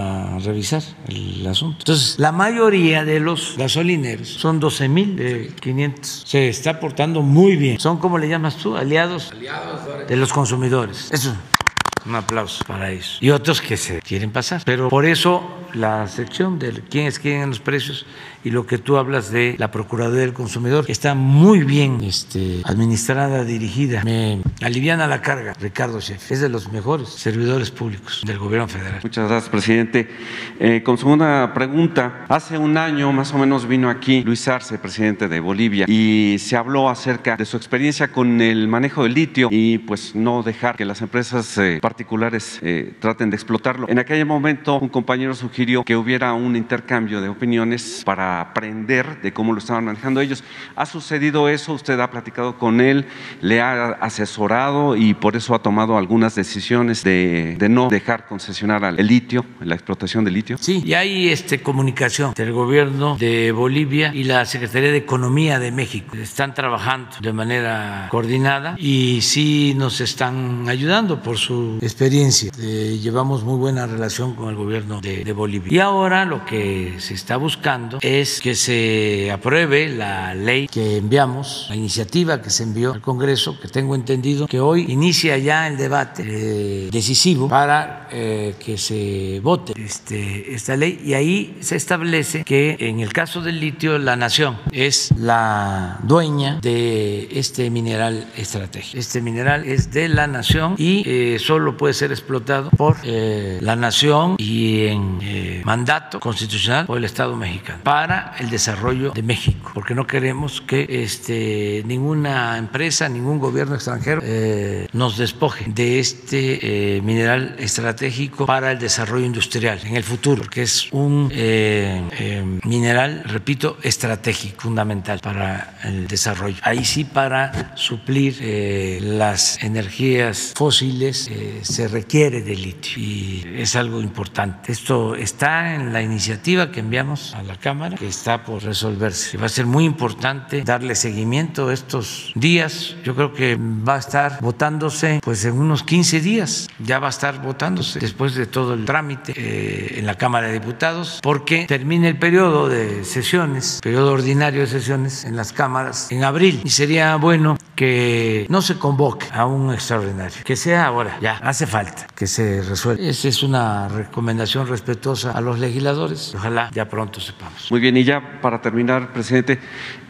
a revisar el asunto. Entonces, la mayoría de los gasolineros son doce mil quinientos. Se está portando muy bien. Son, ¿cómo le llamas tú? Aliados, Aliados de los consumidores. Eso. Un aplauso para ellos. Y otros que se quieren pasar. Pero por eso la sección de quién es quién en los precios y lo que tú hablas de la Procuraduría del Consumidor, que está muy bien este, administrada, dirigida. Me aliviana la carga, Ricardo Sheffield. Es de los mejores servidores públicos del gobierno federal. Muchas gracias, presidente. Eh, con segunda pregunta, hace un año más o menos vino aquí Luis Arce, presidente de Bolivia, y se habló acerca de su experiencia con el manejo del litio y pues no dejar que las empresas eh, particulares eh, traten de explotarlo. En aquel momento un compañero sugirió que hubiera un intercambio de opiniones para aprender de cómo lo estaban manejando ellos. ¿Ha sucedido eso? ¿Usted ha platicado con él? ¿Le ha asesorado y por eso ha tomado algunas decisiones de, de no dejar concesionar el litio, la explotación del litio? Sí, y hay este, comunicación del gobierno de Bolivia y la Secretaría de Economía de México. Están trabajando de manera coordinada y sí nos están ayudando por su experiencia. Eh, llevamos muy buena relación con el gobierno de, de Bolivia. Y ahora lo que se está buscando es es que se apruebe la ley que enviamos, la iniciativa que se envió al Congreso, que tengo entendido que hoy inicia ya el debate eh, decisivo para eh, que se vote este, esta ley, y ahí se establece que en el caso del litio la nación es la dueña de este mineral estratégico. Este mineral es de la nación y eh, solo puede ser explotado por eh, la nación y en eh, mandato constitucional por el Estado mexicano para el desarrollo de México, porque no queremos que este, ninguna empresa, ningún gobierno extranjero eh, nos despoje de este eh, mineral estratégico para el desarrollo industrial en el futuro, porque es un eh, eh, mineral, repito, estratégico, fundamental para el desarrollo. Ahí sí, para suplir eh, las energías fósiles eh, se requiere de litio y es algo importante. Esto está en la iniciativa que enviamos a la Cámara, que está por resolverse. Va a ser muy importante darle seguimiento estos días. Yo creo que va a estar votándose pues en unos quince días. Ya va a estar votándose después de todo el trámite eh, en la Cámara de Diputados, porque termina el periodo de sesiones, periodo ordinario de sesiones en las cámaras en abril, y sería bueno que no se convoque a un extraordinario, que sea ahora, ya hace falta que se resuelva. Esa es una recomendación respetuosa a los legisladores. Ojalá ya pronto sepamos. Muy bien, y ya para terminar, presidente,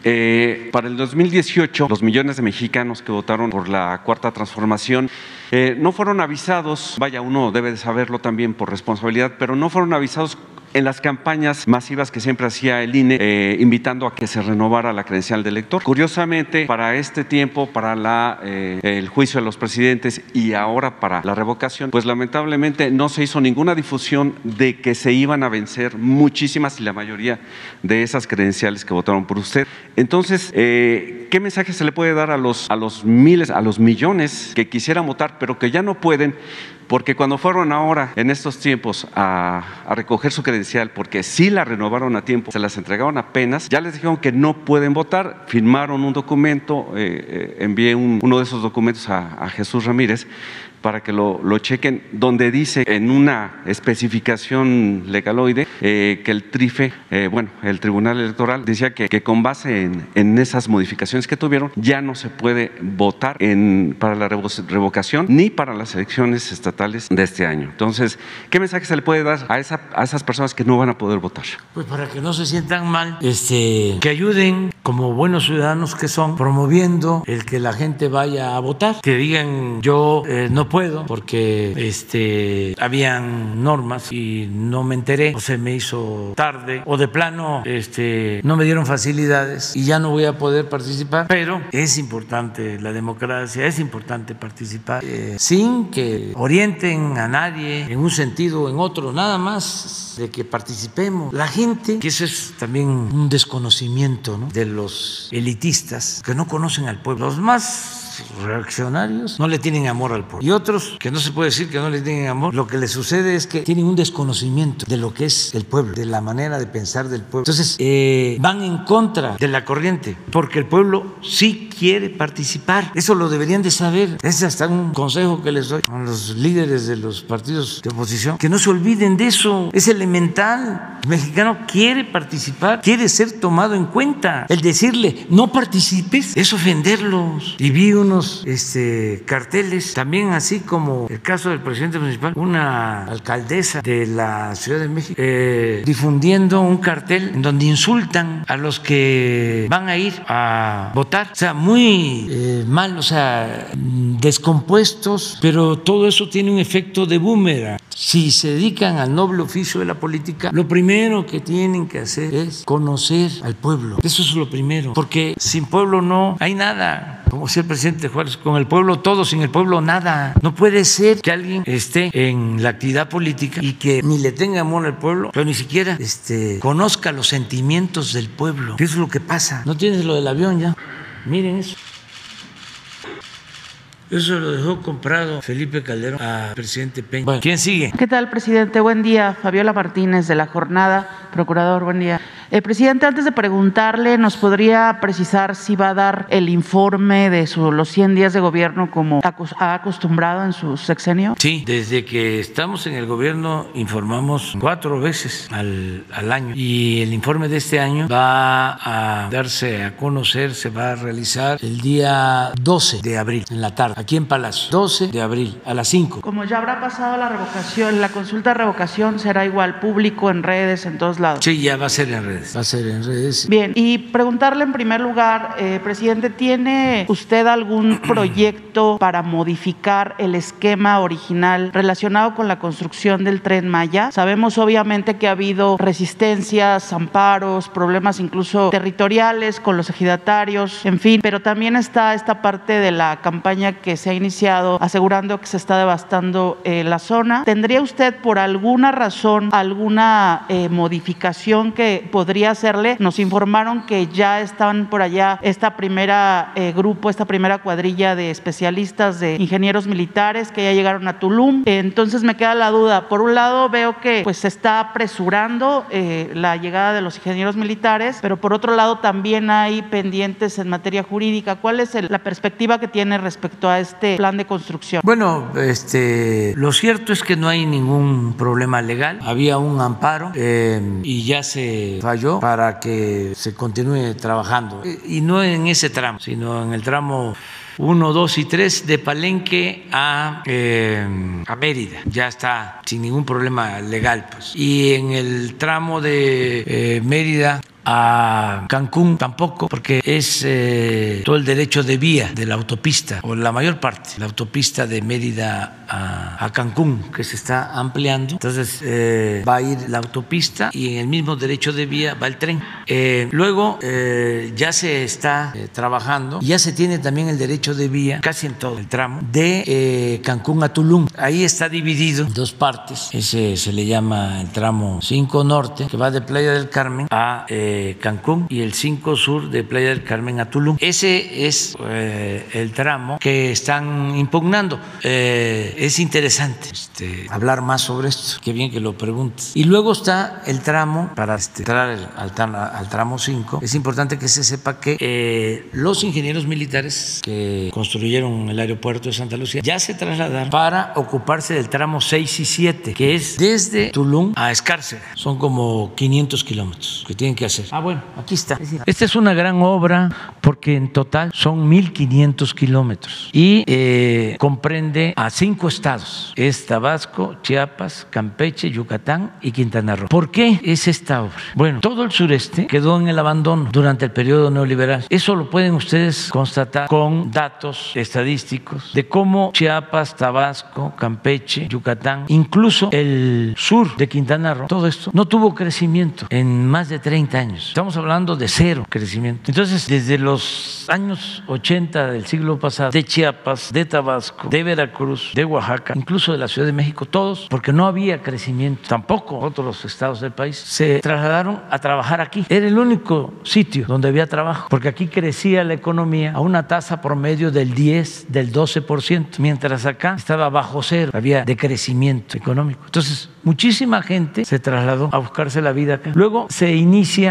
eh, para el dos mil dieciocho los millones de mexicanos que votaron por la Cuarta Transformación eh, no fueron avisados, vaya, uno debe de saberlo también por responsabilidad, pero no fueron avisados en las campañas masivas que siempre hacía el I N E, eh, invitando a que se renovara la credencial de elector. Curiosamente, para este tiempo, para la, eh, el juicio de los presidentes y ahora para la revocación, pues lamentablemente no se hizo ninguna difusión de que se iban a vencer muchísimas y la mayoría de esas credenciales que votaron por usted. Entonces, eh, ¿qué mensaje se le puede dar a los, a los miles, a los millones que quisieran votar, pero que ya no pueden? Porque cuando fueron ahora, en estos tiempos, a, a recoger su credencial, porque sí la renovaron a tiempo, se las entregaron apenas, ya les dijeron que no pueden votar, firmaron un documento, eh, eh, envié un, uno de esos documentos a, a Jesús Ramírez, para que lo, lo chequen, donde dice en una especificación legaloide eh, que el TRIFE, eh, bueno, el Tribunal Electoral, decía que, que con base en, en esas modificaciones que tuvieron, ya no se puede votar en, para la revocación ni para las elecciones estatales de este año. Entonces, ¿qué mensaje se le puede dar a, esa, a esas personas que no van a poder votar? Pues para que no se sientan mal, este, que ayuden como buenos ciudadanos que son, promoviendo el que la gente vaya a votar, que digan yo eh, no puedo porque este habían normas y no me enteré, o se me hizo tarde, o de plano este no me dieron facilidades y ya no voy a poder participar. Pero es importante la democracia, es importante participar eh, sin que orienten a nadie en un sentido o en otro, nada más de que participemos. La gente, que eso es también un desconocimiento, ¿no?, de los elitistas que no conocen al pueblo. Los más reaccionarios no le tienen amor al pueblo, y otros que no se puede decir que no le tienen amor, lo que les sucede es que tienen un desconocimiento de lo que es el pueblo, de la manera de pensar del pueblo. Entonces eh, van en contra de la corriente, porque el pueblo sí quiere participar. Eso lo deberían de saber. Es hasta un consejo que les doy a los líderes de los partidos de oposición, que no se olviden de eso. Es elemental. El mexicano quiere participar, quiere ser tomado en cuenta. El decirle no participes es ofenderlos. Y vi unos este, carteles, también así como el caso del presidente municipal, una alcaldesa de la Ciudad de México, eh, difundiendo un cartel en donde insultan a los que van a ir a votar. O sea, muy eh, mal, o sea, descompuestos, pero todo eso tiene un efecto de boomerang. Si se dedican al noble oficio de la política, lo primero que tienen que hacer es conocer al pueblo. Eso es lo primero, porque sin pueblo no hay nada. Como decía el presidente Juárez, con el pueblo todo, sin el pueblo nada. No puede ser que alguien esté en la actividad política y que ni le tenga amor al pueblo, pero ni siquiera este, conozca los sentimientos del pueblo. Eso es lo que pasa. ¿No tienes lo del avión ya? Miren eso. Eso lo dejó comprado Felipe Calderón al presidente Peña. Bueno, ¿quién sigue? ¿Qué tal, presidente? Buen día. Fabiola Martínez, de La Jornada. Procurador, buen día. Eh, presidente, antes de preguntarle, ¿nos podría precisar si va a dar el informe de su, los cien días de gobierno como ha acostumbrado en su sexenio? Sí, desde que estamos en el gobierno informamos cuatro veces al, al año, y el informe de este año va a darse a conocer, se va a realizar el día doce de abril en la tarde, aquí en Palacio, doce de abril a las cinco. Como ya habrá pasado la revocación, la consulta de revocación será igual, público, en redes, en todos lados. Sí, ya va a ser en redes. Va a ser en redes. Bien, y preguntarle en primer lugar, eh, presidente, ¿tiene usted algún proyecto para modificar el esquema original relacionado con la construcción del Tren Maya? Sabemos obviamente que ha habido resistencias, amparos, problemas incluso territoriales con los ejidatarios, en fin, pero también está esta parte de la campaña que se ha iniciado asegurando que se está devastando eh, la zona. ¿Tendría usted por alguna razón alguna eh, modificación que podría podría hacerle? Nos informaron que ya están por allá esta primera eh, grupo, esta primera cuadrilla de especialistas de ingenieros militares que ya llegaron a Tulum. Entonces me queda la duda. Por un lado veo que pues se está apresurando eh, la llegada de los ingenieros militares, pero por otro lado también hay pendientes en materia jurídica. ¿Cuál es el, la perspectiva que tiene respecto a este plan de construcción? Bueno, este, lo cierto es que no hay ningún problema legal. Había un amparo eh, y ya se falló para que se continúe trabajando, y no en ese tramo, sino en el tramo uno, dos y tres de Palenque a, eh, a Mérida. Ya está sin ningún problema legal, pues. Y en el tramo de eh, Mérida a Cancún tampoco, porque es eh, todo el derecho de vía de la autopista, o la mayor parte, la autopista de Mérida a, a Cancún, que se está ampliando. Entonces eh, va a ir la autopista y en el mismo derecho de vía va el tren. Eh, luego eh, ya se está eh, trabajando, y ya se tiene también el derecho de vía casi en todo el tramo de eh, Cancún a Tulum. Ahí está dividido en dos partes. Ese se le llama el tramo cinco Norte, que va de Playa del Carmen a eh, Cancún, y el cinco Sur de Playa del Carmen a Tulum. Ese es eh, el tramo que están impugnando. Eh, es interesante este, hablar más sobre esto. Qué bien que lo preguntes. Y luego está el tramo, para este, entrar al, al, al tramo cinco, es importante que se sepa que eh, los ingenieros militares que construyeron el aeropuerto de Santa Lucía ya se trasladaron para ocuparse del tramo seis y siete, que es desde Tulum a Escárcega. Son como quinientos kilómetros que tienen que hacer. Ah, bueno, aquí está. Esta es una gran obra porque en total son mil quinientos kilómetros y eh, comprende a cinco estados. Es Tabasco, Chiapas, Campeche, Yucatán y Quintana Roo. ¿Por qué es esta obra? Bueno, todo el sureste quedó en el abandono durante el periodo neoliberal. Eso lo pueden ustedes constatar con datos estadísticos de cómo Chiapas, Tabasco, Campeche, Yucatán, incluso el sur de Quintana Roo, todo esto no tuvo crecimiento en más de treinta años. Estamos hablando de cero crecimiento. Entonces, desde los años ochenta del siglo pasado, de Chiapas, de Tabasco, de Veracruz, de Oaxaca, incluso de la Ciudad de México, todos, porque no había crecimiento, tampoco otros estados del país, se trasladaron a trabajar aquí. Era el único sitio donde había trabajo, porque aquí crecía la economía a una tasa promedio del diez, del doce por ciento, mientras acá estaba bajo cero, había decrecimiento económico. Entonces, muchísima gente se trasladó a buscarse la vida acá. Luego se inicia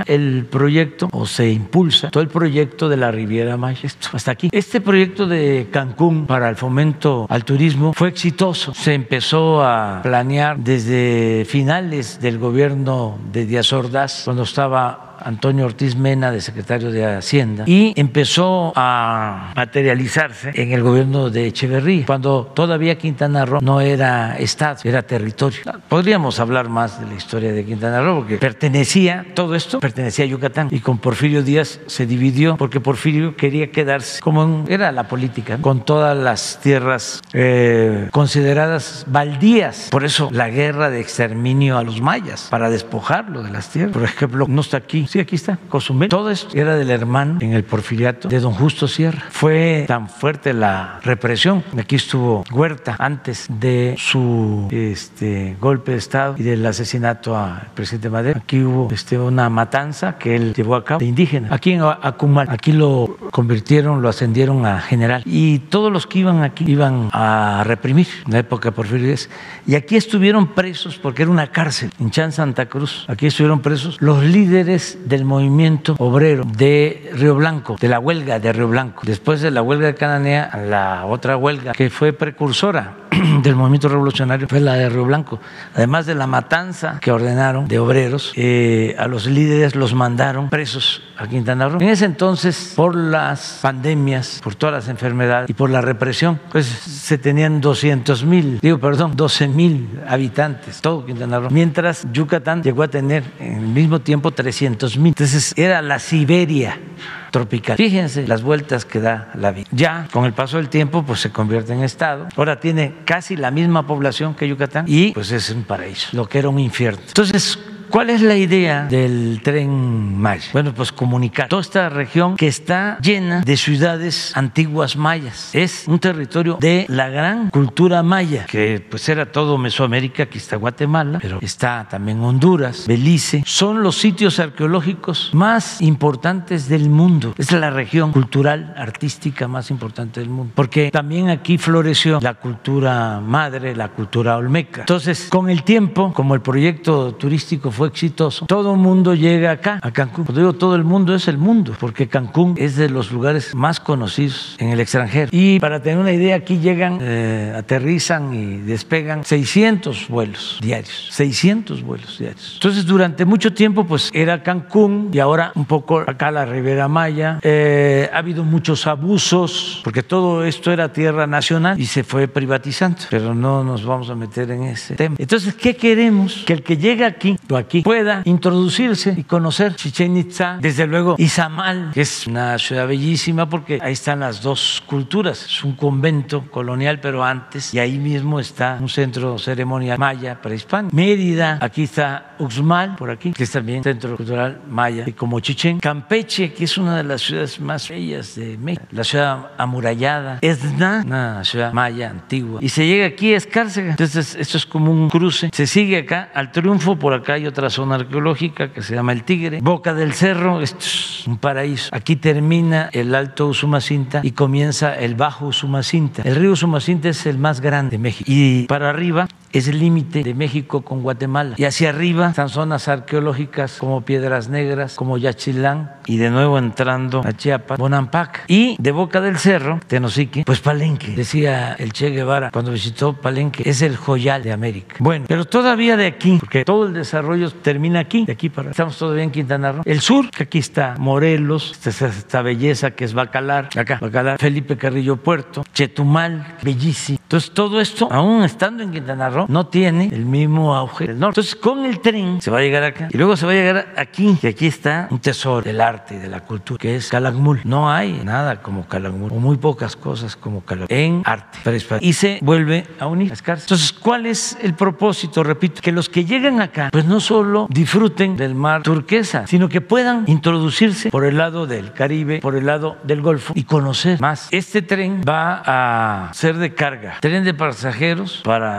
el proyecto o se impulsa todo el proyecto de la Riviera Maya. Esto, hasta aquí. Este proyecto de Cancún para el fomento al turismo fue exitoso. Se empezó a planear desde finales del gobierno de Díaz Ordaz, cuando estaba Antonio Ortiz Mena, de secretario de Hacienda, y empezó a materializarse en el gobierno de Echeverría, cuando todavía Quintana Roo no era estado, era territorio. Podríamos hablar más de la historia de Quintana Roo, porque pertenecía, todo esto pertenecía a Yucatán, y con Porfirio Díaz se dividió, porque Porfirio quería quedarse, como en, era la política, con todas las tierras eh, consideradas baldías. Por eso la guerra de exterminio a los mayas, para despojarlo de las tierras. Por ejemplo, no está aquí. Sí, aquí está, Cozumel. Todo esto era del hermano en el porfiriato de don Justo Sierra. Fue tan fuerte la represión. Aquí estuvo Huerta antes de su este, golpe de Estado y del asesinato al presidente Madero. Aquí hubo este, una matanza que él llevó a cabo de indígenas. Aquí en Acumal, aquí lo convirtieron, lo ascendieron a general. Y todos los que iban aquí iban a reprimir en la época de Porfirio Díaz. Y aquí estuvieron presos porque era una cárcel. En Chan, Santa Cruz, aquí estuvieron presos los líderes del movimiento obrero de Río Blanco, de la huelga de Río Blanco. Después de la huelga de Cananea, la otra huelga que fue precursora del movimiento revolucionario fue la de Río Blanco. Además de la matanza que ordenaron de obreros, eh, a los líderes los mandaron presos a Quintana Roo. En ese entonces, por las pandemias, por todas las enfermedades y por la represión, pues se tenían doscientos mil, digo, perdón, doce mil habitantes, todo Quintana Roo. Mientras Yucatán llegó a tener en el mismo tiempo trescientos mil. Entonces era la Siberia tropical. Fíjense las vueltas que da la vida. Ya con el paso del tiempo pues se convierte en estado. Ahora tiene casi la misma población que Yucatán y pues es un paraíso, lo que era un infierno. Entonces, ¿cuál es la idea del Tren Maya? Bueno, pues comunicar toda esta región que está llena de ciudades antiguas mayas. Es un territorio de la gran cultura maya, que pues era todo Mesoamérica. Aquí está Guatemala, pero está también Honduras, Belice. Son los sitios arqueológicos más importantes del mundo. Es la región cultural, artística más importante del mundo, porque también aquí floreció la cultura madre, la cultura olmeca. Entonces, con el tiempo, como el proyecto turístico fue exitoso, todo el mundo llega acá, a Cancún. Cuando digo todo el mundo, es el mundo, porque Cancún es de los lugares más conocidos en el extranjero. Y para tener una idea, aquí llegan, eh, aterrizan y despegan seiscientos vuelos diarios, seiscientos vuelos diarios. Entonces, durante mucho tiempo, pues era Cancún y ahora un poco acá la Riviera Maya. Eh, ha habido muchos abusos, porque todo esto era tierra nacional y se fue privatizando, pero no nos vamos a meter en ese tema. Entonces, ¿qué queremos? Que el que llega aquí, o aquí, pueda introducirse y conocer Chichén Itzá, desde luego Izamal, que es una ciudad bellísima porque ahí están las dos culturas. Es un convento colonial, pero antes, y ahí mismo está un centro ceremonial maya prehispánico. Mérida, aquí está Uxmal, por aquí, que es también centro cultural maya, y como Chichén. Campeche, que es una de las ciudades más bellas de México, la ciudad amurallada. Esna, una ciudad maya antigua. Y se llega aquí a Escárcega. Entonces, esto es como un cruce. Se sigue acá al Triunfo, por acá hay otra zona arqueológica que se llama El Tigre. Boca del Cerro, esto es un paraíso. Aquí termina el Alto Usumacinta y comienza el Bajo Usumacinta. El río Usumacinta es el más grande de México. Y para arriba es el límite de México con Guatemala. Y hacia arriba están zonas arqueológicas como Piedras Negras, como Yaxchilán, y de nuevo entrando a Chiapas, Bonampak. Y de Boca del Cerro, Tenosique, pues Palenque. Decía el Che Guevara cuando visitó Palenque, es el joyal de América. Bueno, pero todavía de aquí, porque todo el desarrollo termina aquí, de aquí para... Estamos todavía en Quintana Roo. El sur, que aquí está Morelos, esta, esta belleza que es Bacalar, acá, Bacalar, Felipe Carrillo Puerto, Chetumal, bellísimo. Entonces, todo esto, aún estando en Quintana Roo, no tiene el mismo auge del norte. Entonces, con el tren se va a llegar acá y luego se va a llegar aquí, y aquí está un tesoro del arte y de la cultura, que es Calakmul. No hay nada como Calakmul, o muy pocas cosas como Calakmul en arte prehispánico. Y se vuelve a unir. Entonces, ¿cuál es el propósito? Repito, que los que llegan acá, pues no solo disfruten del mar turquesa, sino que puedan introducirse por el lado del Caribe, por el lado del Golfo y conocer más. Este tren va a ser de carga, tren de pasajeros para los que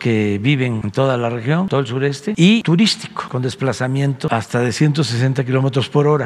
que viven en toda la región, todo el sureste, y turístico, con desplazamiento hasta de ciento sesenta kilómetros por hora.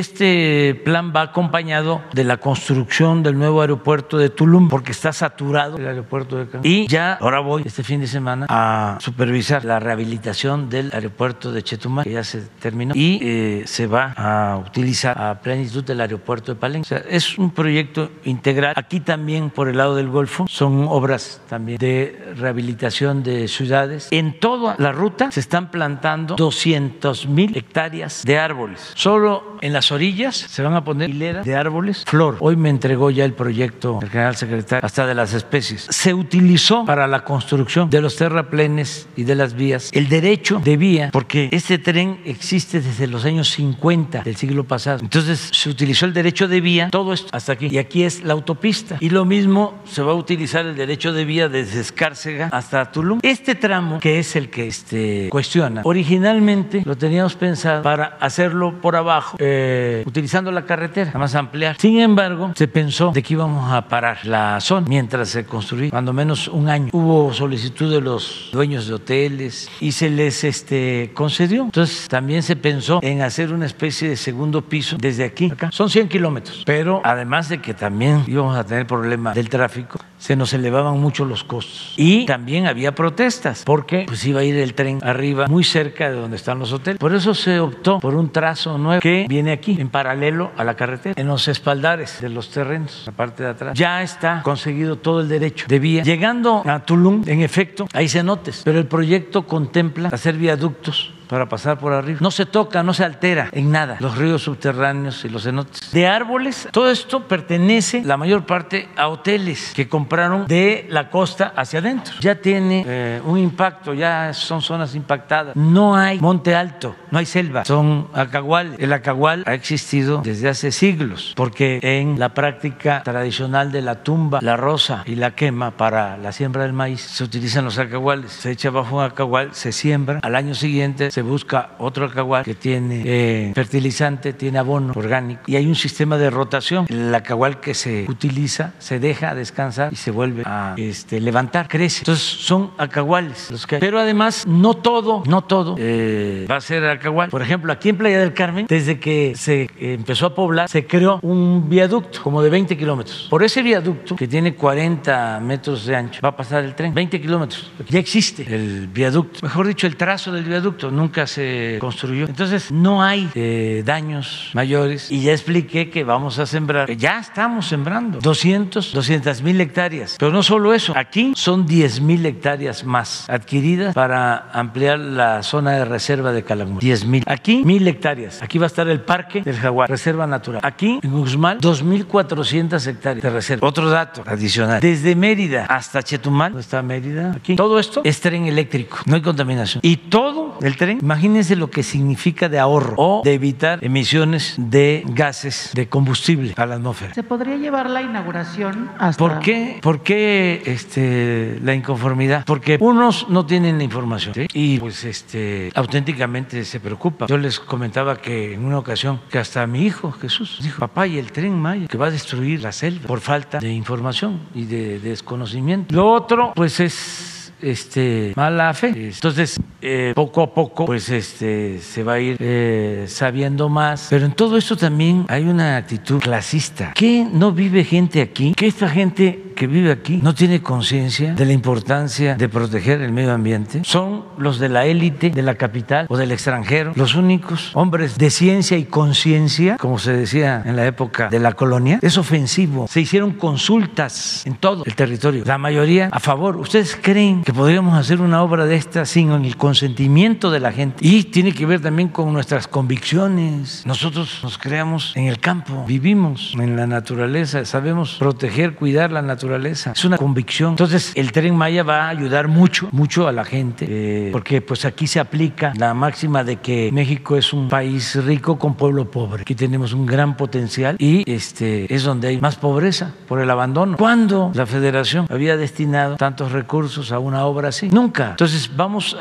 Este plan va acompañado de la construcción del nuevo aeropuerto de Tulum, porque está saturado el aeropuerto de Cancún. Y ya ahora voy este fin de semana a supervisar la rehabilitación del aeropuerto de Chetumal, que ya se terminó, y eh, se va a utilizar a plenitud del aeropuerto de Palenque. O sea, es un proyecto integral. Aquí también, por el lado del Golfo, son obras también de rehabilitación de ciudades. En toda la ruta se están plantando doscientas mil hectáreas de árboles. Solo en las orillas se van a poner hileras de árboles flor. Hoy me entregó ya el proyecto el general secretario, hasta de las especies. Se utilizó para la construcción de los terraplenes y de las vías el derecho de vía, porque este tren existe desde los años cincuenta del siglo pasado. Entonces se utilizó el derecho de vía, todo esto hasta aquí, y aquí es la autopista. Y lo mismo se va a utilizar el derecho de vía desde Escárcega hasta Tulum. Este tramo, que es el que este, cuestiona, originalmente lo teníamos pensado para hacerlo por abajo, eh, utilizando la carretera, nada más ampliar. Sin embargo, se pensó de que íbamos a parar la zona mientras se construía, cuando menos un año. Hubo solicitud de los dueños de hoteles y se les este, concedió. Entonces también se pensó en hacer una especie de segundo piso desde aquí acá. Son cien kilómetros, pero además de que también íbamos a tener problema del tráfico, se nos elevaban mucho los costos. Y también había protestas, porque pues iba a ir el tren arriba, muy cerca de donde están los hoteles. Por eso se optó por un trazo nuevo que viene aquí, en paralelo a la carretera, en los espaldares de los terrenos, la parte de atrás. Ya está conseguido todo el derecho de vía. Llegando a Tulum, en efecto, hay cenotes, pero el proyecto contempla hacer viaductos para pasar por arriba. No se toca, no se altera en nada los ríos subterráneos y los cenotes. De árboles, todo esto pertenece la mayor parte a hoteles que compraron de la costa hacia adentro. Ya tiene eh, un impacto, ya son zonas impactadas. No hay monte alto, no hay selva, son acahuales. El acahual ha existido desde hace siglos, porque en la práctica tradicional de la tumba, la roza y la quema para la siembra del maíz, se utilizan los acahuales. Se echa bajo un acahual, se siembra, al año siguiente se busca otro acahual que tiene eh, fertilizante, tiene abono orgánico, y hay un sistema de rotación. El acahual que se utiliza se deja descansar y se vuelve a este, levantar, crece. Entonces son acahuales los que hay. Pero además no todo, no todo eh, va a ser acahual. Por ejemplo, aquí en Playa del Carmen, desde que se empezó a poblar, se creó un viaducto como de veinte kilómetros. Por ese viaducto, que tiene cuarenta metros de ancho, va a pasar el tren, veinte kilómetros. Ya existe el viaducto, mejor dicho, el trazo del viaducto, nunca se construyó. Entonces no hay eh, daños mayores, y ya expliqué que vamos a sembrar, ya estamos sembrando doscientas mil hectáreas, pero no solo eso, aquí son diez mil hectáreas más adquiridas para ampliar la zona de reserva de Calakmul. diez mil. Aquí mil hectáreas, aquí va a estar el Parque del Jaguar, reserva natural. Aquí en Uxmal dos mil cuatrocientas hectáreas de reserva. Otro dato adicional, desde Mérida hasta Chetumal, ¿dónde está Mérida? Aquí. Todo esto es tren eléctrico, no hay contaminación, y todo el tren, imagínense lo que significa de ahorro o de evitar emisiones de gases de combustible a la atmósfera. ¿Se podría llevar la inauguración hasta...? ¿Por qué, ¿Por qué este, la inconformidad? Porque unos no tienen la información, ¿sí? Y pues este, auténticamente se preocupan. Yo les comentaba que en una ocasión que hasta mi hijo Jesús dijo: papá, y el tren Maya que va a destruir la selva, por falta de información y de, de desconocimiento. Lo otro pues es Este, mala fe. Entonces, eh, poco a poco, pues este, se va a ir eh, sabiendo más. Pero en todo esto también hay una actitud clasista. ¿Qué no vive gente aquí? ¿Que esta gente que vive aquí no tiene conciencia de la importancia de proteger el medio ambiente? Son los de la élite de la capital o del extranjero los únicos hombres de ciencia y conciencia, como se decía en la época de la colonia. Es ofensivo. Se hicieron consultas en todo el territorio, la mayoría a favor. ¿Ustedes creen que podríamos hacer una obra de esta sin el consentimiento de la gente? Y tiene que ver también con nuestras convicciones. Nosotros nos creamos en el campo, vivimos en la naturaleza, sabemos proteger, cuidar la naturaleza. Es una convicción. Entonces el Tren Maya va a ayudar mucho, mucho a la gente, eh, porque pues aquí se aplica la máxima de que México es un país rico con pueblo pobre. Aquí tenemos un gran potencial y este es donde hay más pobreza por el abandono. ¿Cuándo la Federación había destinado tantos recursos a una obra así? Nunca. Entonces vamos a ir eh,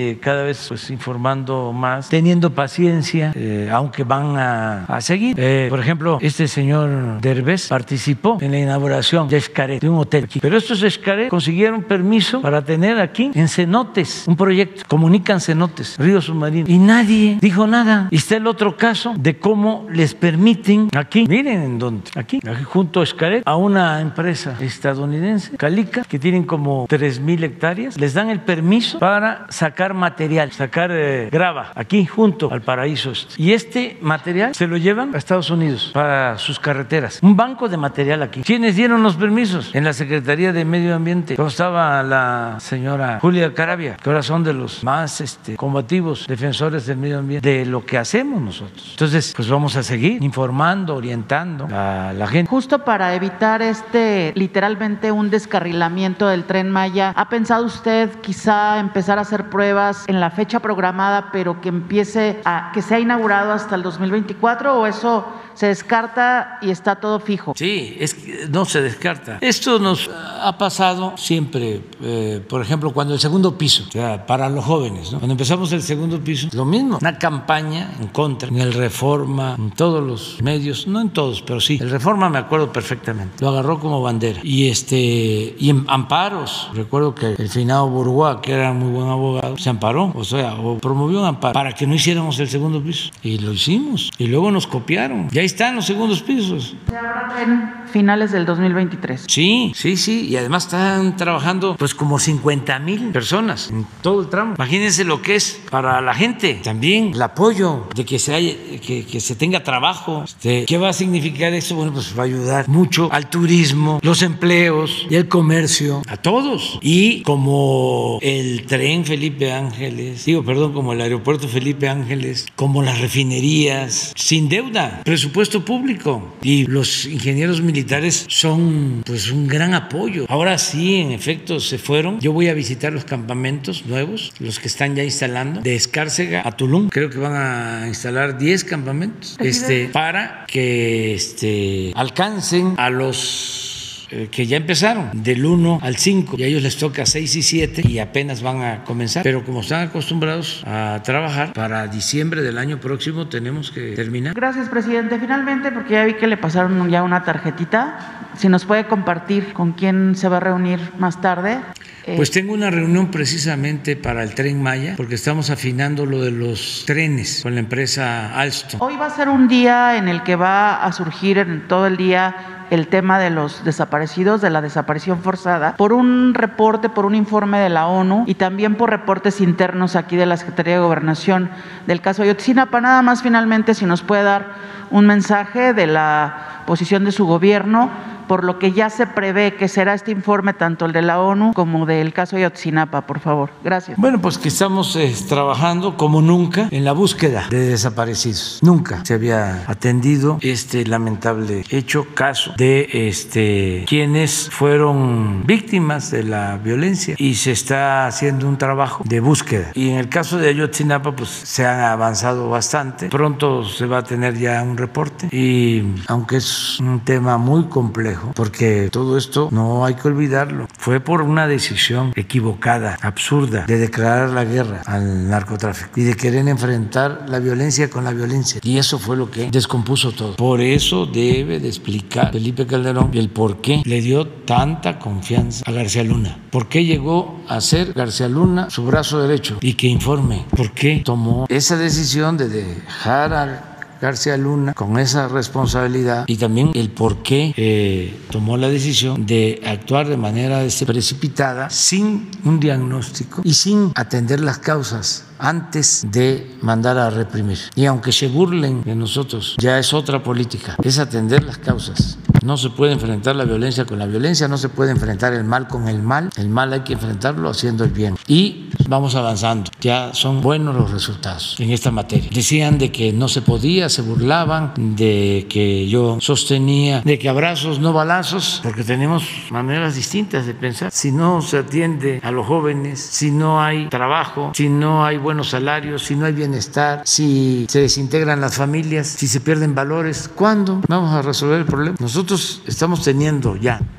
eh, cada vez pues informando más, teniendo paciencia, eh, aunque van a, a seguir. Eh, por ejemplo, este señor Derbez participó en la inauguración de Xcaret, de un hotel aquí. Pero estos Xcaret consiguieron permiso para tener aquí en cenotes un proyecto, comunican cenotes, río submarino, y nadie dijo nada. Y está el otro caso de cómo les permiten aquí, miren en dónde, aquí, aquí junto a Xcaret, a una empresa estadounidense, Calica, que tienen como tres mil hectáreas, les dan el permiso para sacar material, sacar eh, grava, aquí junto al paraíso este. Y este material se lo llevan a Estados Unidos para sus carreteras. Un banco de material aquí. ¿Quiénes dieron los permisos? En la Secretaría de Medio Ambiente. Como estaba la señora Julia Caravia, que ahora son de los más este, combativos defensores del medio ambiente, de lo que hacemos nosotros. Entonces, pues vamos a seguir informando, orientando a la gente. Justo para evitar este, literalmente un descarrilamiento del Tren Maya, ¿ha pensado usted quizá empezar a hacer pruebas en la fecha programada, pero que empiece a, que sea inaugurado hasta el dos mil veinticuatro, o eso se descarta y está todo fijo? Sí, es que no se descarta. Esto nos ha pasado siempre, eh, por ejemplo, cuando el segundo piso, o sea, para los jóvenes, ¿no? Cuando empezamos el segundo piso, lo mismo, una campaña en contra, en el Reforma, en todos los medios, no en todos, pero sí, el Reforma me acuerdo perfectamente, lo agarró como bandera. Y este y en amparos, recuerdo que el finado Burguá, que era muy buen abogado, se amparó, o sea, o promovió un amparo para que no hiciéramos el segundo piso. Y lo hicimos, y luego nos copiaron. Ya están los segundos pisos. ¿Se habrá en finales del dos mil veintitrés? Sí, sí, sí, y además están trabajando pues como cincuenta mil personas en todo el tramo. Imagínense lo que es para la gente también el apoyo de que se haya, que, que se tenga trabajo. Este, ¿qué va a significar eso? Bueno, pues va a ayudar mucho al turismo, los empleos y el comercio, a todos. Y como el tren Felipe Ángeles, digo, perdón, como el aeropuerto Felipe Ángeles, como las refinerías, sin deuda, presupuesto público, y los ingenieros militares son pues un gran apoyo. Ahora sí, en efecto, se fueron. Yo voy a visitar los campamentos nuevos, los que están ya instalando, de Escárcega a Tulum. Creo que van a instalar diez campamentos este, para que este, alcancen a los que ya empezaron, del uno al cinco, y a ellos les toca seis y siete y apenas van a comenzar, pero como están acostumbrados a trabajar, para diciembre del año próximo tenemos que terminar. Gracias, presidente. Finalmente, porque ya vi que le pasaron ya una tarjetita, si nos puede compartir con quién se va a reunir más tarde. Pues tengo una reunión precisamente para el Tren Maya, porque estamos afinando lo de los trenes con la empresa Alstom. Hoy va a ser un día en el que va a surgir en todo el día el tema de los desaparecidos, de la desaparición forzada, por un reporte, por un informe de la ONU y también por reportes internos aquí de la Secretaría de Gobernación del caso Ayotzinapa. Nada más, finalmente, si nos puede dar un mensaje de la posición de su gobierno, por lo que ya se prevé que será este informe, tanto el de la ONU como del caso Ayotzinapa, por favor. Gracias. Bueno, pues que estamos eh, trabajando como nunca en la búsqueda de desaparecidos. Nunca se había atendido este lamentable hecho, caso de este, quienes fueron víctimas de la violencia, y se está haciendo un trabajo de búsqueda. Y en el caso de Ayotzinapa, pues se ha avanzado bastante. Pronto se va a tener ya un reporte, y aunque es un tema muy complejo, porque todo esto no hay que olvidarlo, fue por una decisión equivocada, absurda, de declarar la guerra al narcotráfico y de querer enfrentar la violencia con la violencia, y eso fue lo que descompuso todo. Por eso debe de explicar Felipe Calderón el por qué le dio tanta confianza a García Luna, por qué llegó a ser García Luna su brazo derecho, y que informe por qué tomó esa decisión de dejar al García Luna con esa responsabilidad, y también el por qué eh, tomó la decisión de actuar de manera precipitada, sin un diagnóstico y sin atender las causas antes de mandar a reprimir. Y aunque se burlen de nosotros, ya es otra política, es atender las causas. No se puede enfrentar la violencia con la violencia, no se puede enfrentar el mal con el mal. El mal hay que enfrentarlo haciendo el bien. Y vamos avanzando, ya son buenos los resultados en esta materia. Decían de que no se podía, se burlaban de que yo sostenía de que abrazos no balazos, porque tenemos maneras distintas de pensar. Si no se atiende a los jóvenes, si no hay trabajo, si no hay buenos salarios, si no hay bienestar, si se desintegran las familias, si se pierden valores, ¿cuándo vamos a resolver el problema? Nosotros estamos teniendo ya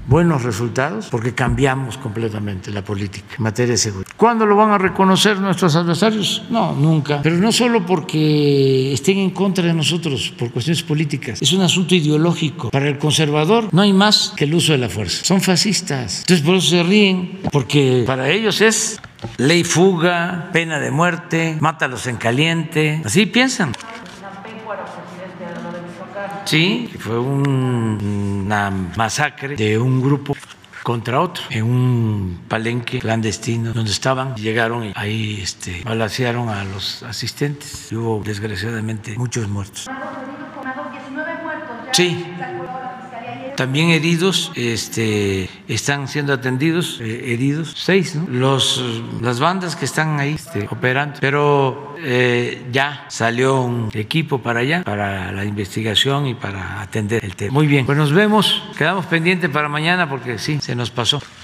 buenos resultados porque cambiamos completamente la política en materia de seguridad. ¿Cuándo lo van a reconocer nuestros adversarios? No, nunca. Pero no solo porque estén en contra de nosotros por cuestiones políticas, es un asunto ideológico. Para el conservador no hay más que el uso de la fuerza. Son fascistas. Entonces por eso se ríen, porque para ellos es ley fuga, pena de muerte, mátalos en caliente. Así piensan. Sí, fue un, una masacre de un grupo contra otro en un palenque clandestino donde estaban, llegaron y ahí este, balacearon a los asistentes y hubo desgraciadamente muchos muertos. Sí. También heridos, este, están siendo atendidos, eh, heridos, seis, ¿no? Los, las bandas que están ahí este, operando, pero eh, ya salió un equipo para allá, para la investigación y para atender el tema. Muy bien, pues nos vemos, quedamos pendientes para mañana porque sí, se nos pasó.